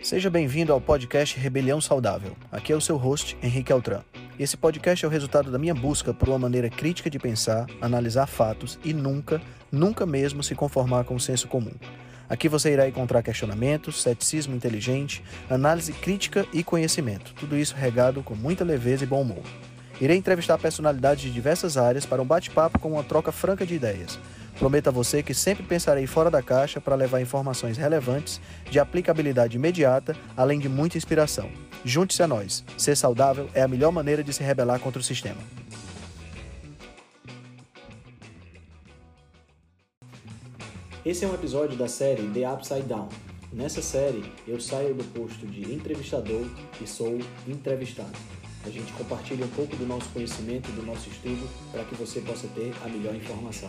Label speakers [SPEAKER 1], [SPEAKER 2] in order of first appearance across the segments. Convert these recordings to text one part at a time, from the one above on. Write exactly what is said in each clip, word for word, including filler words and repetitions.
[SPEAKER 1] Seja bem-vindo ao podcast Rebelião Saudável. Aqui é o seu host, Henrique Altran. Esse podcast é o resultado da minha busca por uma maneira crítica de pensar, analisar fatos e nunca, nunca mesmo se conformar com o senso comum. Aqui você irá encontrar questionamentos, ceticismo inteligente, análise crítica e conhecimento. Tudo isso regado com muita leveza e bom humor. Irei entrevistar personalidades de diversas áreas para um bate-papo com uma troca franca de ideias. Prometo a você que sempre pensarei fora da caixa para levar informações relevantes, de aplicabilidade imediata, além de muita inspiração. Junte-se a nós. Ser saudável é a melhor maneira de se rebelar contra o sistema. Esse é um episódio da série The Upside Down. Nessa série, eu saio do posto de entrevistador e sou entrevistado. A gente compartilha um pouco do nosso conhecimento e do nosso estudo para que você possa ter a melhor informação.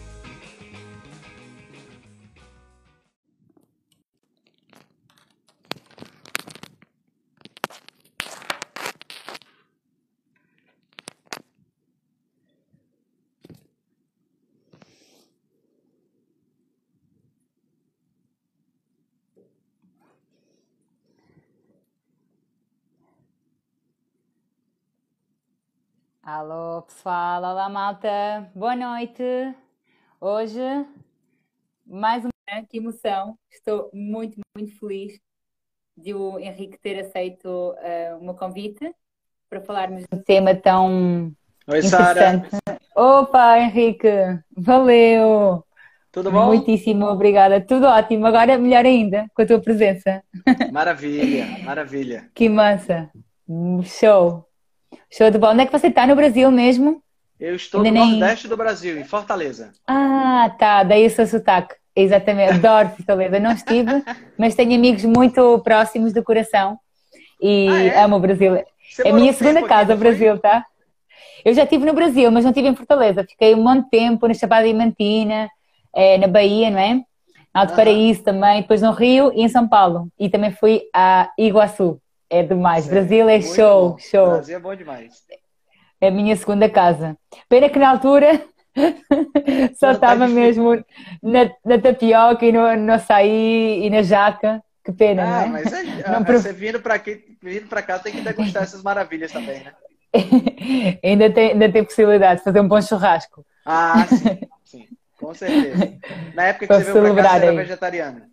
[SPEAKER 2] Alô pessoal, olá malta, boa noite. Hoje, mais uma que emoção, estou muito, muito feliz de o Henrique ter aceito uh, o meu convite para falarmos de um tema tão
[SPEAKER 1] Oi, Sara.
[SPEAKER 2] interessante. Opa, Henrique, valeu!
[SPEAKER 1] Tudo bom?
[SPEAKER 2] Muitíssimo obrigada, tudo ótimo, agora melhor ainda com a tua presença.
[SPEAKER 1] Maravilha, maravilha.
[SPEAKER 2] Que massa, show! Show de bola. Onde é que você está? No Brasil mesmo?
[SPEAKER 1] Eu estou
[SPEAKER 2] Ainda
[SPEAKER 1] no
[SPEAKER 2] nem...
[SPEAKER 1] Nordeste do Brasil, em Fortaleza.
[SPEAKER 2] Ah, tá. Daí o seu sotaque. Exatamente. Adoro Fortaleza. Não estive, mas tenho amigos muito próximos do coração e
[SPEAKER 1] Ah, é?
[SPEAKER 2] amo o Brasil.
[SPEAKER 1] Você
[SPEAKER 2] É a
[SPEAKER 1] morou
[SPEAKER 2] minha
[SPEAKER 1] um
[SPEAKER 2] segunda
[SPEAKER 1] tempo aqui,
[SPEAKER 2] casa,
[SPEAKER 1] não
[SPEAKER 2] o
[SPEAKER 1] foi?
[SPEAKER 2] Brasil, tá? Eu já estive no Brasil, mas não estive em Fortaleza. Fiquei um monte de tempo na Chapada Diamantina, eh, na Bahia, não é? Alto
[SPEAKER 1] Aham.
[SPEAKER 2] Paraíso também, depois no Rio e em São Paulo. E também fui a Iguaçu. É demais.
[SPEAKER 1] Certo.
[SPEAKER 2] Brasil é
[SPEAKER 1] Muito
[SPEAKER 2] show,
[SPEAKER 1] bom.
[SPEAKER 2] show.
[SPEAKER 1] Brasil é bom demais.
[SPEAKER 2] É a minha segunda casa. Pena que na altura só
[SPEAKER 1] Não, tá
[SPEAKER 2] estava
[SPEAKER 1] difícil.
[SPEAKER 2] mesmo na, na tapioca e no, no açaí e na jaca. Que pena, não
[SPEAKER 1] Ah,
[SPEAKER 2] é?
[SPEAKER 1] mas é,
[SPEAKER 2] Não,
[SPEAKER 1] é,
[SPEAKER 2] pro-
[SPEAKER 1] você vindo para aqui, vindo para cá, tem que degustar essas maravilhas também, né?
[SPEAKER 2] ainda tem, ainda tem possibilidade de fazer um bom churrasco
[SPEAKER 1] Ah, sim, sim, com certeza. Na época que
[SPEAKER 2] para
[SPEAKER 1] você veio para cá, você
[SPEAKER 2] celebrar
[SPEAKER 1] era
[SPEAKER 2] aí.
[SPEAKER 1] vegetariana.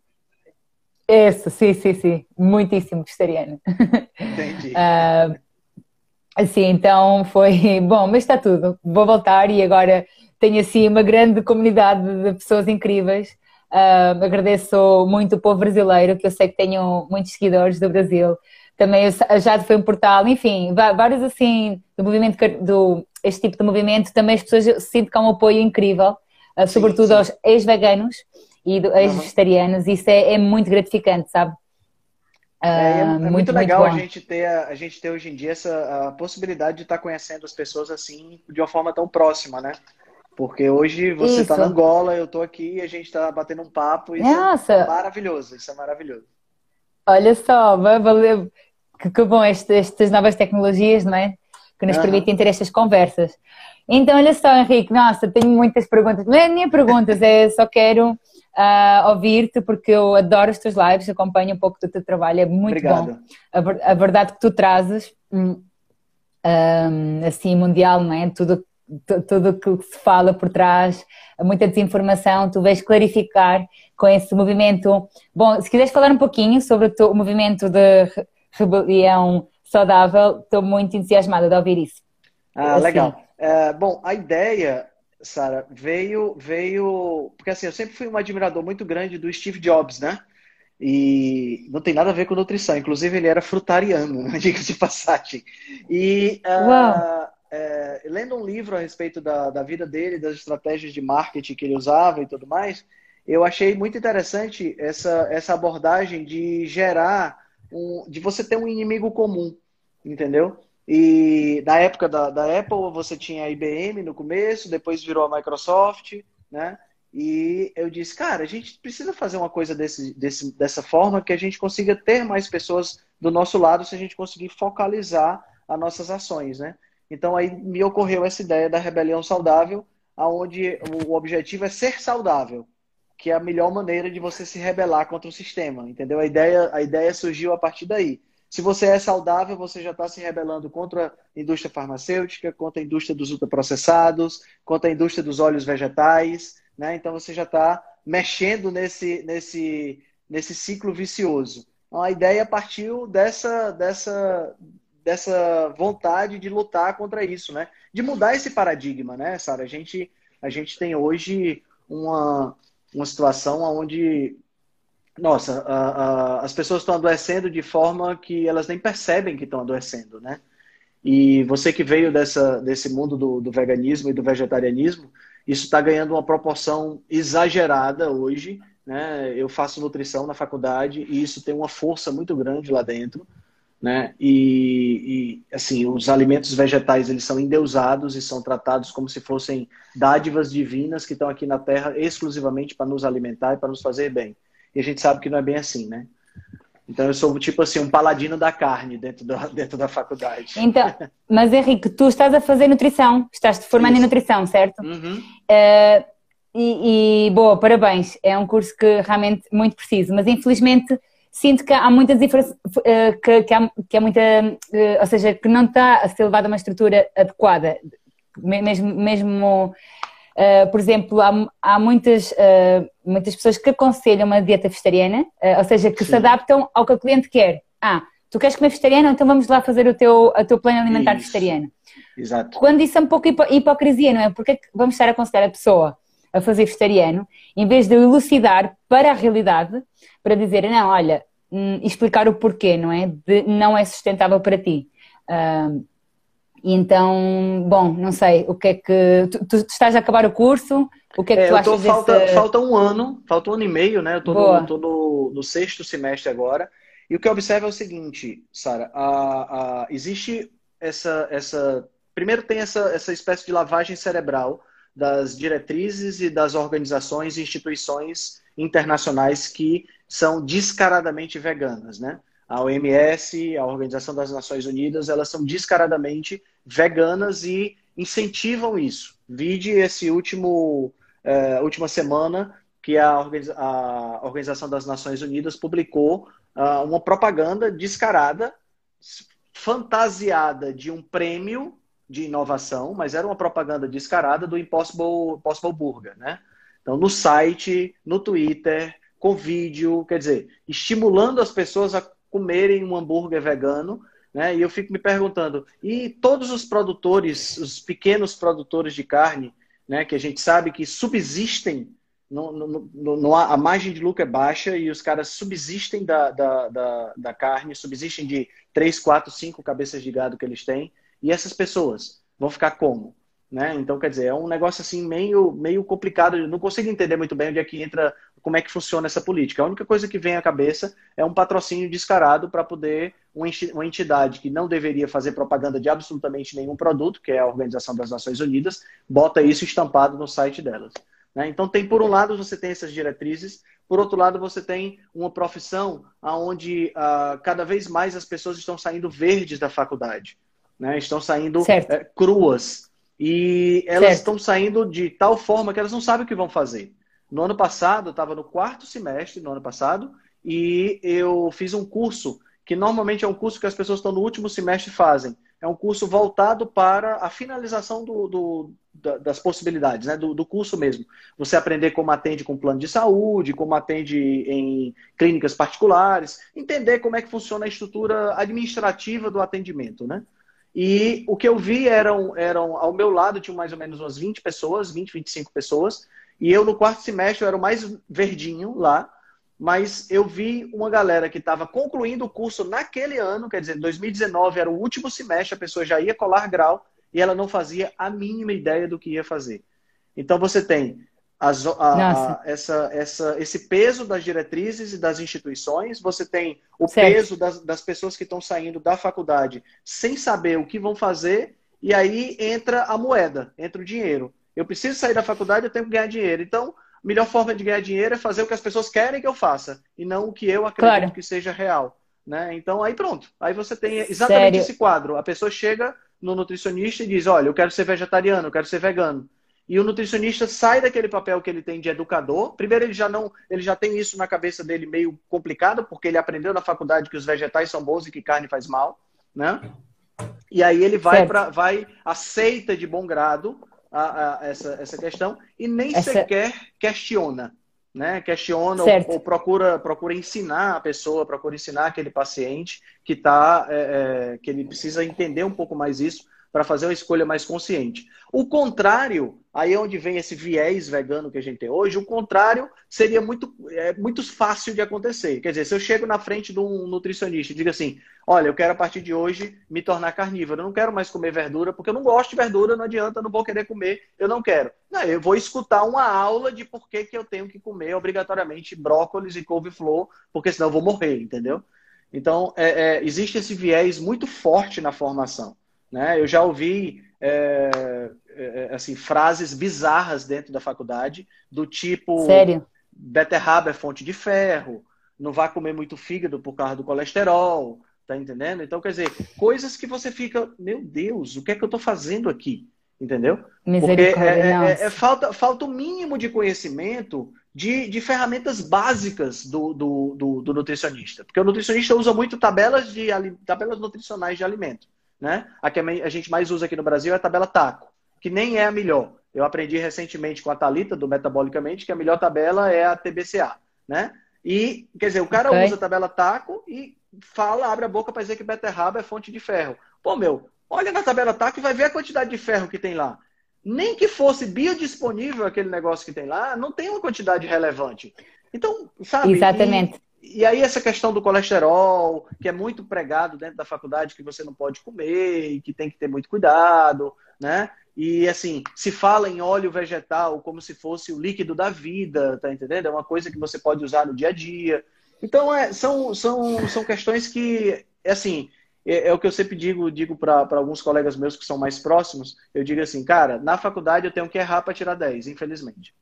[SPEAKER 2] Isso, sim, sim, sim. Muitíssimo vegetariano.
[SPEAKER 1] Entendi.
[SPEAKER 2] Ah, assim, então foi bom, mas está tudo. Vou voltar e agora tenho assim uma grande comunidade de pessoas incríveis. Ah, agradeço muito o povo brasileiro, que eu sei que tenho muitos seguidores do Brasil. Também eu já foi um portal, enfim, vá- vários assim do movimento car- do este tipo de movimento. Também as pessoas eu sinto que há um apoio incrível, ah,
[SPEAKER 1] Sim,
[SPEAKER 2] sobretudo
[SPEAKER 1] sim.
[SPEAKER 2] aos ex-veganos e do-
[SPEAKER 1] Aham.
[SPEAKER 2] ex-vegetarianos. Isso é, é muito gratificante, sabe?
[SPEAKER 1] É, e é,
[SPEAKER 2] Ah,
[SPEAKER 1] é muito
[SPEAKER 2] muito, muito
[SPEAKER 1] legal a
[SPEAKER 2] bom.
[SPEAKER 1] gente ter, a, a gente ter hoje em dia essa a possibilidade de estar conhecendo as pessoas assim de uma forma tão próxima, né? Porque hoje você está na
[SPEAKER 2] Isso.
[SPEAKER 1] Angola, eu estou aqui e a gente está batendo um papo, e isso é
[SPEAKER 2] Nossa,
[SPEAKER 1] maravilhoso, isso é maravilhoso.
[SPEAKER 2] olha só, va- valeu. Que, que bom este- estas novas tecnologias, não é? Que nos
[SPEAKER 1] Aham.
[SPEAKER 2] permitem ter estas conversas. Então, olha só, Henrique, nossa, tenho muitas perguntas. Não é nem perguntas, é só quero ah, ouvir-te porque eu adoro os teus lives, acompanho um pouco do teu trabalho, é muito bom.
[SPEAKER 1] Obrigado.
[SPEAKER 2] A, ver- a verdade que tu trazes, hum, hum, assim, mundial, não é? Tudo, tu- tudo o que se fala por trás, muita desinformação, tu vais clarificar com esse movimento. Bom, se quiseres falar um pouquinho sobre o teu movimento de re- rebelião saudável, estou muito entusiasmada de ouvir isso.
[SPEAKER 1] Ah,
[SPEAKER 2] Assim,
[SPEAKER 1] legal. É, bom, a ideia, Sara, veio, veio, porque assim, eu sempre fui um admirador muito grande do Steve Jobs, né? E não tem nada a ver com nutrição. Inclusive, ele era frutariano, né? Diga-se de passagem. E
[SPEAKER 2] uau,
[SPEAKER 1] ah, é, lendo um livro a respeito da, da vida dele, das estratégias de marketing que ele usava e tudo mais, eu achei muito interessante essa, essa abordagem de gerar um, de você ter um inimigo comum, entendeu? E na época da, da Apple, você tinha a I B M no começo, depois virou a Microsoft, né? E eu disse, cara, a gente precisa fazer uma coisa desse, desse, dessa forma que a gente consiga ter mais pessoas do nosso lado se a gente conseguir focalizar as nossas ações, né? Então aí me ocorreu essa ideia da rebelião saudável, aonde o objetivo é ser saudável, que é a melhor maneira de você se rebelar contra o sistema, entendeu? A ideia, a ideia surgiu a partir daí. Se você é saudável, você já está se rebelando contra a indústria farmacêutica, contra a indústria dos ultraprocessados, contra a indústria dos óleos vegetais, né? Então você já está mexendo nesse, nesse, nesse ciclo vicioso. Então, a ideia partiu dessa, dessa, dessa vontade de lutar contra isso, né? De mudar esse paradigma, né, Sara? A gente, a gente tem hoje uma, uma situação onde, nossa, a, a, as pessoas estão adoecendo de forma que elas nem percebem que estão adoecendo, né? E você que veio dessa, desse mundo do, do veganismo e do vegetarianismo, isso está ganhando uma proporção exagerada hoje, né? Eu faço nutrição na faculdade e isso tem uma força muito grande lá dentro, né? E, e assim, os alimentos vegetais, eles são endeusados e são tratados como se fossem dádivas divinas que estão aqui na Terra exclusivamente para nos alimentar e para nos fazer bem. E a gente sabe que não é bem assim, né? Então eu sou tipo assim, um paladino da carne dentro da, dentro da faculdade.
[SPEAKER 2] Então, mas Henrique, tu estás a fazer nutrição, estás-te formando em nutrição, certo?
[SPEAKER 1] Uhum.
[SPEAKER 2] Uh, e, e, boa, parabéns, é um curso que realmente muito preciso, mas infelizmente sinto que há muitas diferenças, uh, que, que, há, que há muita, uh, ou seja, que não está a ser levada a uma estrutura adequada, mesmo, mesmo Uh, por exemplo, há, há muitas, uh, muitas pessoas que aconselham uma dieta vegetariana, uh, ou seja, que Sim. se adaptam ao que o cliente quer. Ah, tu queres comer vegetariano? Então vamos lá fazer o teu, o teu plano alimentar isso. vegetariano.
[SPEAKER 1] Exato.
[SPEAKER 2] Quando isso é um pouco hipo hipocrisia, não é? Porque é que vamos estar a aconselhar a pessoa a fazer vegetariano, em vez de elucidar para a realidade, para dizer, não, olha, hum, explicar o porquê, não é? De não é sustentável para ti. Uh, E então, bom, não sei, o que é que... Tu, tu estás a acabar o curso? O que é que
[SPEAKER 1] é,
[SPEAKER 2] tu
[SPEAKER 1] eu
[SPEAKER 2] achas
[SPEAKER 1] tô, falta,
[SPEAKER 2] desse...
[SPEAKER 1] falta um ano, falta um ano e meio, né? Eu tô, no, tô no, no sexto semestre agora. E o que eu observo é o seguinte, Sara, a, a, existe essa, essa... Primeiro tem essa, essa espécie de lavagem cerebral das diretrizes e das organizações e instituições internacionais que são descaradamente veganas, né? A O M S, a Organização das Nações Unidas, elas são descaradamente veganas e incentivam isso. Vide esse último, uh, última semana que a, Organiza a Organização das Nações Unidas publicou uh, uma propaganda descarada, fantasiada de um prêmio de inovação, mas era uma propaganda descarada do Impossible, Impossible Burger, né? Então, no site, no Twitter, com vídeo, quer dizer, estimulando as pessoas a comerem um hambúrguer vegano, né? E eu fico me perguntando, e todos os produtores, os pequenos produtores de carne, né, que a gente sabe que subsistem, no, no, no, no, a margem de lucro é baixa e os caras subsistem da, da, da, da carne, subsistem de três, quatro, cinco cabeças de gado que eles têm, e essas pessoas vão ficar como? Né? Então, quer dizer, é um negócio assim meio, meio complicado, eu não consigo entender muito bem onde é que entra, como é que funciona essa política. A única coisa que vem à cabeça é um patrocínio descarado para poder uma entidade que não deveria fazer propaganda de absolutamente nenhum produto, que é a Organização das Nações Unidas, bota isso estampado no site delas. Né? Então, tem por um lado você tem essas diretrizes, por outro lado você tem uma profissão onde uh, cada vez mais as pessoas estão saindo verdes da faculdade, né? Estão saindo é, cruas. E elas certo. estão saindo de tal forma que elas não sabem o que vão fazer. No ano passado, eu estava no quarto semestre, no ano passado, e eu fiz um curso, que normalmente é um curso que as pessoas estão no último semestre fazem. É um curso voltado para a finalização do, do, das possibilidades, né? do, do curso mesmo. Você aprender como atende com plano de saúde, como atende em clínicas particulares, entender como é que funciona a estrutura administrativa do atendimento, né? E o que eu vi eram, eram, ao meu lado tinham mais ou menos umas vinte pessoas, vinte, vinte e cinco pessoas, e eu no quarto semestre eu era o mais verdinho lá, mas eu vi uma galera que estava concluindo o curso naquele ano, quer dizer, dois mil e dezenove era o último semestre, a pessoa já ia colar grau e ela não fazia a mínima ideia do que ia fazer. Então você tem as, a, a, essa, essa, esse peso das diretrizes e das instituições, você tem o certo. peso das, das pessoas que estão saindo da faculdade sem saber o que vão fazer, e aí entra a moeda, entra o dinheiro. Eu preciso sair da faculdade, eu tenho que ganhar dinheiro. Então, a melhor forma de ganhar dinheiro é fazer o que as pessoas querem que eu faça, e não o que eu acredito claro. que seja real. Né? Então, aí pronto. Aí você tem exatamente Sério? esse quadro. A pessoa chega no nutricionista e diz, olha, eu quero ser vegetariano, eu quero ser vegano. e o nutricionista sai daquele papel que ele tem de educador. Primeiro, ele já não, ele já tem isso na cabeça dele meio complicado, porque ele aprendeu na faculdade que os vegetais são bons e que carne faz mal, né? E aí ele vai para, vai aceita de bom grado a, a, essa, essa questão e nem essa... sequer questiona, né? Questiona ou, ou procura, procura ensinar a pessoa, procura ensinar aquele paciente que tá, é, é, que ele precisa entender um pouco mais isso para fazer uma escolha mais consciente. O contrário, aí é onde vem esse viés vegano que a gente tem hoje, o contrário seria muito, é, muito fácil de acontecer. Quer dizer, se eu chego na frente de um nutricionista e digo assim, olha, eu quero a partir de hoje me tornar carnívoro, eu não quero mais comer verdura, porque eu não gosto de verdura, não adianta, eu não vou querer comer, eu não quero. Não, eu vou escutar uma aula de por que, que eu tenho que comer obrigatoriamente brócolis e couve-flor, porque senão eu vou morrer, entendeu? Então, é, é, existe esse viés muito forte na formação. Né? Eu já ouvi é, é, assim, frases bizarras dentro da faculdade, do tipo...
[SPEAKER 2] Sério?
[SPEAKER 1] Beterraba é fonte de ferro, não vá comer muito fígado por causa do colesterol, tá entendendo? Então, quer dizer, coisas que você fica, meu Deus, o que é que eu tô fazendo aqui? Entendeu? Porque é, é, é, falta, falta o mínimo de conhecimento de, de ferramentas básicas do, do, do, do nutricionista. Porque o nutricionista usa muito tabelas, de, tabelas nutricionais de alimento. Né? A que a gente mais usa aqui no Brasil é a tabela TACO, que nem é a melhor. Eu aprendi recentemente com a Thalita, do Metabolicamente, que a melhor tabela é a T B C A. Né? E, quer dizer, o cara okay. usa a tabela TACO e fala, abre a boca para dizer que beterraba é fonte de ferro. Pô, meu, olha na tabela TACO e vai ver a quantidade de ferro que tem lá. Nem que fosse biodisponível aquele negócio que tem lá, não tem uma quantidade relevante. Então, sabe?
[SPEAKER 2] Exatamente.
[SPEAKER 1] E, E aí essa questão do colesterol, que é muito pregado dentro da faculdade, que você não pode comer e que tem que ter muito cuidado, né? E assim, se fala em óleo vegetal como se fosse o líquido da vida, tá entendendo? É uma coisa que você pode usar no dia a dia. Então, é, são, são, são questões que, assim, é, é o que eu sempre digo, digo para alguns colegas meus que são mais próximos, eu digo assim, cara, na faculdade eu tenho que errar para tirar dez, infelizmente.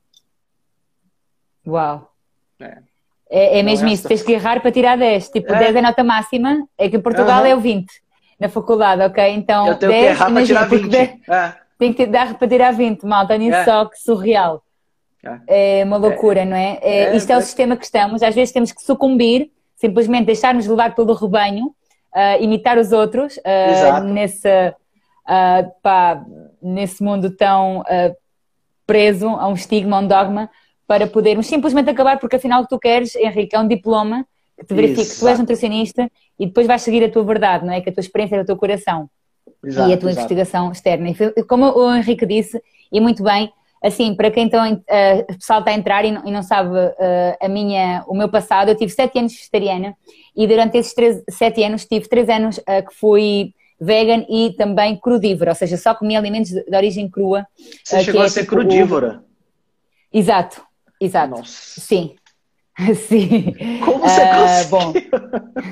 [SPEAKER 2] Uau!
[SPEAKER 1] É.
[SPEAKER 2] É, é mesmo não, isso, essa... tens que errar para tirar dez. Tipo, é. dez é a nota máxima, é que em Portugal uhum. é o vinte na faculdade, ok? Então,
[SPEAKER 1] eu tenho
[SPEAKER 2] dez,
[SPEAKER 1] que errar
[SPEAKER 2] imagina,
[SPEAKER 1] para tirar vinte.
[SPEAKER 2] dez,
[SPEAKER 1] é.
[SPEAKER 2] Tem que dar para tirar vinte, malta, nem é. só que surreal. É, é uma loucura, é. não é? é, é isto é, é o sistema que estamos, às vezes temos que sucumbir, simplesmente deixar-nos levar pelo rebanho, uh, imitar os outros, uh, nesse, uh, pá, nesse mundo tão uh, preso a um estigma, a um dogma, para podermos simplesmente acabar, porque afinal o que tu queres, Henrique, é um diploma que te verifique que tu és nutricionista e depois vais seguir a tua verdade, não é? Que a tua experiência é o teu coração exato, e a tua exato. investigação externa. E como o Henrique disse, e muito bem, assim, para quem então, uh, o pessoal está a entrar e não, e não sabe uh, a minha, o meu passado, eu tive sete anos vegetariana e durante esses três, sete anos tive três anos uh, que fui vegan e também crudívora, ou seja, só comia alimentos de, de origem crua.
[SPEAKER 1] Você uh, chegou
[SPEAKER 2] é,
[SPEAKER 1] a ser
[SPEAKER 2] tipo,
[SPEAKER 1] crudívora?
[SPEAKER 2] O... Exato. Exato,
[SPEAKER 1] Nossa.
[SPEAKER 2] sim, sim.
[SPEAKER 1] Como você uh, conseguiu?
[SPEAKER 2] Bom,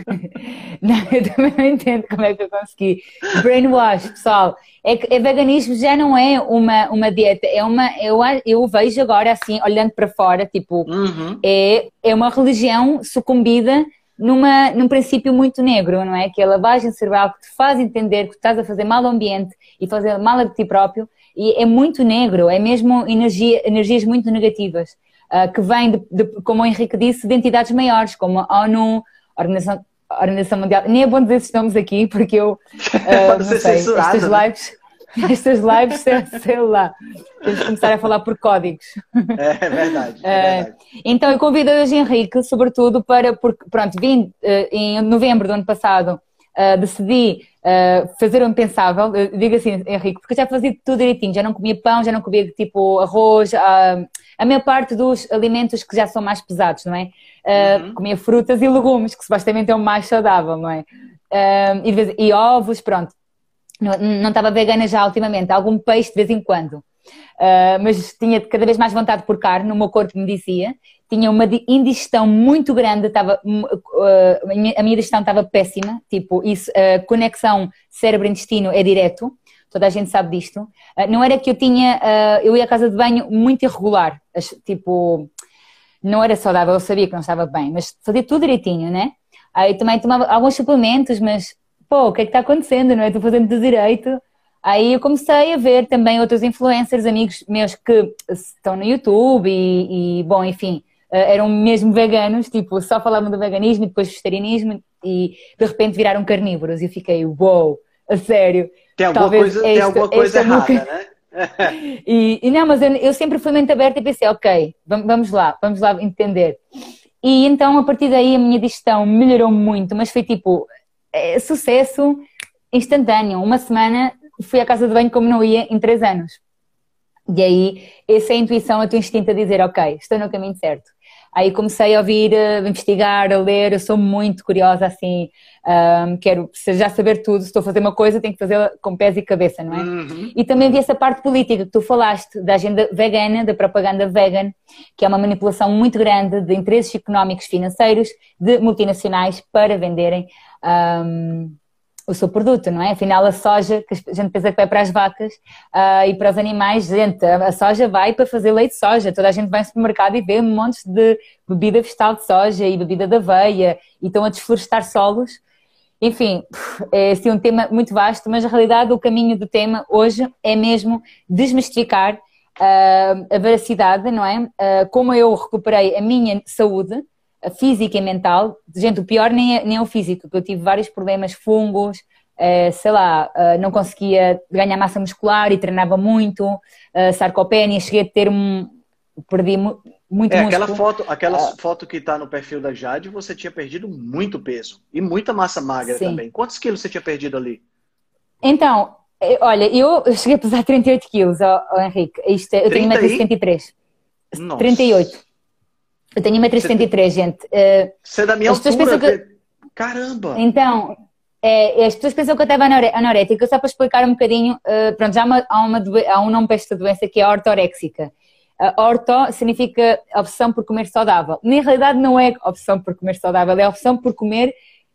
[SPEAKER 2] não, eu também não entendo como é que eu consegui. Brainwash, pessoal, é que o veganismo já não é uma, uma dieta, é uma, eu, eu vejo agora assim, olhando para fora, tipo,
[SPEAKER 1] uhum.
[SPEAKER 2] é, é uma religião sucumbida numa, num princípio muito negro, não é? Que é a lavagem cerebral que te faz entender que tu estás a fazer mal ao ambiente e fazer mal a ti próprio, e é muito negro, é mesmo energia, energias muito negativas. Uh, que vem, de, de, como o Henrique disse, de entidades maiores, como a ONU, a Organização, a Organização Mundial. Nem é bom dizer esses nomes aqui, porque eu uh, não sei, estas lives, estas lives, sei, sei lá, temos que começar a falar por códigos.
[SPEAKER 1] É verdade, é verdade.
[SPEAKER 2] Uh, então eu convido hoje Henrique, sobretudo, para, porque, pronto, vim uh, em novembro do ano passado, uh, decidi uh, fazer o impensável, eu digo assim, Henrique, porque eu já fazia tudo direitinho, já não comia pão, já não comia tipo arroz, uh, a maior parte dos alimentos que já são mais pesados, não é? Uh, uhum. Comia frutas e legumes, que supostamente é o mais saudável, não é? Uh, e, vez, e ovos, pronto. Não, não estava vegana já ultimamente, algum peixe de vez em quando. Uh, mas tinha cada vez mais vontade por carne, o meu corpo me dizia. Tinha uma indigestão muito grande, estava, uh, a minha digestão estava péssima, tipo, isso, a uh, conexão cérebro-intestino é direto. Toda a gente sabe disto. Uh, não era que eu tinha... Uh, eu ia à casa de banho muito irregular. Tipo... Não era saudável, eu sabia que não estava bem. Mas fazia tudo direitinho, né? Aí também tomava alguns suplementos, mas... Pô, o que é que está acontecendo, não é? Estou fazendo tudo direito. Aí eu comecei a ver também outros influencers, amigos meus que estão no YouTube e, e bom, enfim, eram mesmo veganos, tipo, só falavam do veganismo e depois vegetarianismo e de repente viraram carnívoros e eu fiquei, uou, wow, a sério.
[SPEAKER 3] Tem alguma
[SPEAKER 2] talvez
[SPEAKER 3] coisa, tem
[SPEAKER 2] esta,
[SPEAKER 3] alguma coisa
[SPEAKER 2] esta
[SPEAKER 3] errada,
[SPEAKER 2] boca...
[SPEAKER 3] né?
[SPEAKER 2] e, e não, mas eu, eu sempre fui mente aberta e pensei, ok, vamos lá, vamos lá entender. E então a partir daí a minha digestão melhorou muito, mas foi tipo, é, sucesso instantâneo. Uma semana fui à casa de banho como não ia em três anos. E aí, essa é a intuição, a tua instinto a dizer, ok, estou no caminho certo. Aí comecei a ouvir, a investigar, a ler, eu sou muito curiosa assim, um, quero já saber tudo, se estou a fazer uma coisa tenho que fazê-la com pés e cabeça, não é?
[SPEAKER 3] Uhum.
[SPEAKER 2] E também vi essa parte política que tu falaste, da agenda vegana, da propaganda vegan, que é uma manipulação muito grande de interesses económicos financeiros de multinacionais para venderem um, o seu produto, não é? Afinal, a soja, que a gente pensa que vai para as vacas uh, e para os animais, gente, a soja vai para fazer leite de soja. Toda a gente vai ao supermercado e vê um monte de bebida vegetal de soja e bebida de aveia e estão a desflorestar solos. Enfim, é assim um tema muito vasto, mas na realidade o caminho do tema hoje é mesmo desmistificar uh, a veracidade, não é? Uh, como eu recuperei a minha saúde, física e mental. Gente, o pior nem é, nem é o físico, porque eu tive vários problemas, fungos, eh, sei lá, eh, não conseguia ganhar massa muscular e treinava muito, eh, sarcopenia, cheguei a ter um... perdi mu muito
[SPEAKER 3] é,
[SPEAKER 2] músculo.
[SPEAKER 3] Aquela foto, aquela
[SPEAKER 2] Ah.
[SPEAKER 3] foto que está no perfil da Jade, você tinha perdido muito peso e muita massa magra. Sim. Também. Quantos quilos você tinha perdido ali?
[SPEAKER 2] Então, olha, eu cheguei a pesar trinta e oito quilos, oh, oh, Henrique. Isto é, eu tenho um metro e setenta e três.
[SPEAKER 3] Nossa.
[SPEAKER 2] trinta e oito. Eu tenho um metro e setenta e três, gente. Uh,
[SPEAKER 3] Você é da minha altura.
[SPEAKER 2] Que...
[SPEAKER 3] Caramba!
[SPEAKER 2] Então, é, as pessoas pensam que eu estava anorética, só para explicar um bocadinho, uh, pronto, já há, uma, há, uma há um nome para esta doença que é a ortoréxica. Uh, orto significa opção por comer saudável. Na realidade não é opção por comer saudável, é opção por comer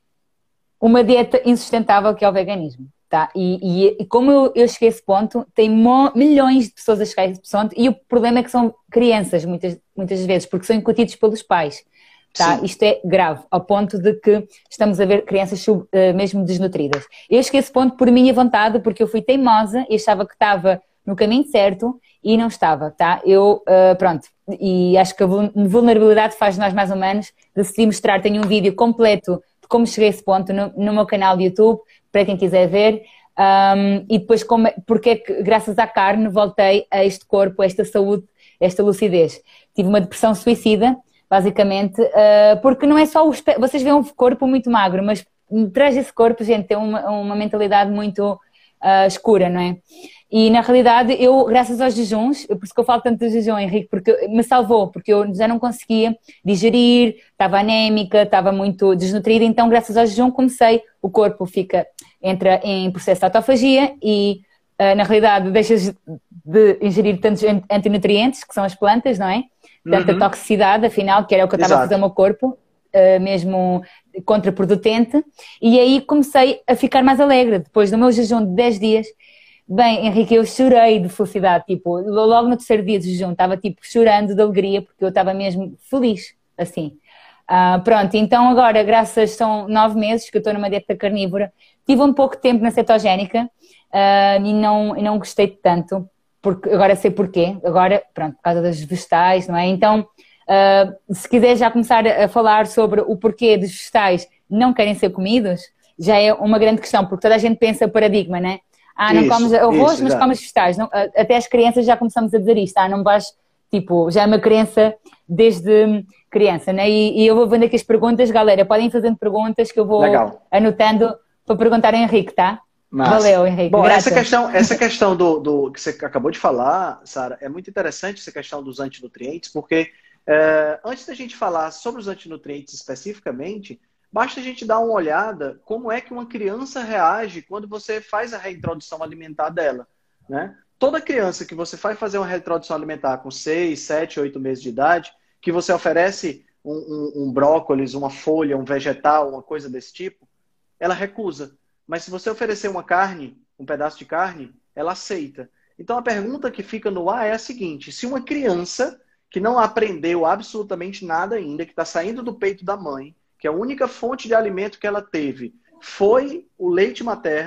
[SPEAKER 2] uma dieta insustentável que é o veganismo. Tá? E, e, e como eu, eu cheguei a esse ponto, tem mo, milhões de pessoas a chegar a esse ponto e o problema é que são crianças muitas, muitas vezes, porque são incutidos pelos pais. Tá? Isto é grave, ao ponto de que estamos a ver crianças sub, uh, mesmo desnutridas. Eu cheguei a esse ponto por minha vontade, porque eu fui teimosa e achava que estava no caminho certo e não estava. Tá? Eu, uh, pronto, e acho que a vulnerabilidade faz de nós mais humanos. Decidi mostrar, tenho um vídeo completo de como cheguei a esse ponto no, no meu canal de YouTube, para quem quiser ver, um, e depois como, porque é que graças à carne voltei a este corpo, a esta saúde, a esta lucidez. Tive uma depressão suicida, basicamente, uh, porque não é só o... Vocês veem um corpo muito magro, mas atrás desse corpo, gente, tem uma, uma mentalidade muito uh, escura, não é? E na realidade, eu, graças aos jejuns, por isso que eu falo tanto de jejum, Henrique, porque me salvou, porque eu já não conseguia digerir, estava anémica, estava muito desnutrida, então graças ao jejum comecei, o corpo fica, entra em processo de autofagia e uh, na realidade deixas de ingerir tantos antinutrientes, que são as plantas, não é? Tanta uhum. toxicidade, afinal, que era o que eu estava a fazer ao meu corpo, uh, mesmo contraproducente, e aí comecei a ficar mais alegre, depois do meu jejum de dez dias. Bem, Henrique, eu chorei de felicidade, tipo, logo no terceiro dia de jejum, estava tipo chorando de alegria, porque eu estava mesmo feliz, assim. Uh, pronto, então agora, graças, são nove meses que eu estou numa dieta carnívora, tive um pouco de tempo na cetogénica uh, e, não, e não gostei tanto, porque agora sei porquê, agora, pronto, por causa das vegetais, não é? Então, uh, se quiser já começar a falar sobre o porquê dos vegetais não querem ser comidos, já é uma grande questão, porque toda a gente pensa paradigma, não é? Ah, não isso, comes arroz, isso, mas comes vegetais. Não, até as crianças já começamos a dizer isto. Ah, não vais, tipo, já é uma crença desde criança, né? E, e eu vou vendo aqui as perguntas. Galera, podem ir fazendo perguntas que eu vou Legal. anotando para perguntar ao Henrique, tá? Mas, Valeu, Henrique.
[SPEAKER 3] Bom, essa questão, essa questão do, do que você acabou de falar, Sara, é muito interessante essa questão dos antinutrientes, porque é, antes da gente falar sobre os antinutrientes especificamente, basta a gente dar uma olhada como é que uma criança reage quando você faz a reintrodução alimentar dela, né? Toda criança que você faz fazer uma reintrodução alimentar com seis, sete, oito meses de idade, que você oferece um, um, um brócolis, uma folha, um vegetal, uma coisa desse tipo, ela recusa. Mas se você oferecer uma carne, um pedaço de carne, ela aceita. Então a pergunta que fica no ar é a seguinte: se uma criança que não aprendeu absolutamente nada ainda, que está saindo do peito da mãe, que a única fonte de alimento que ela teve foi o leite materno,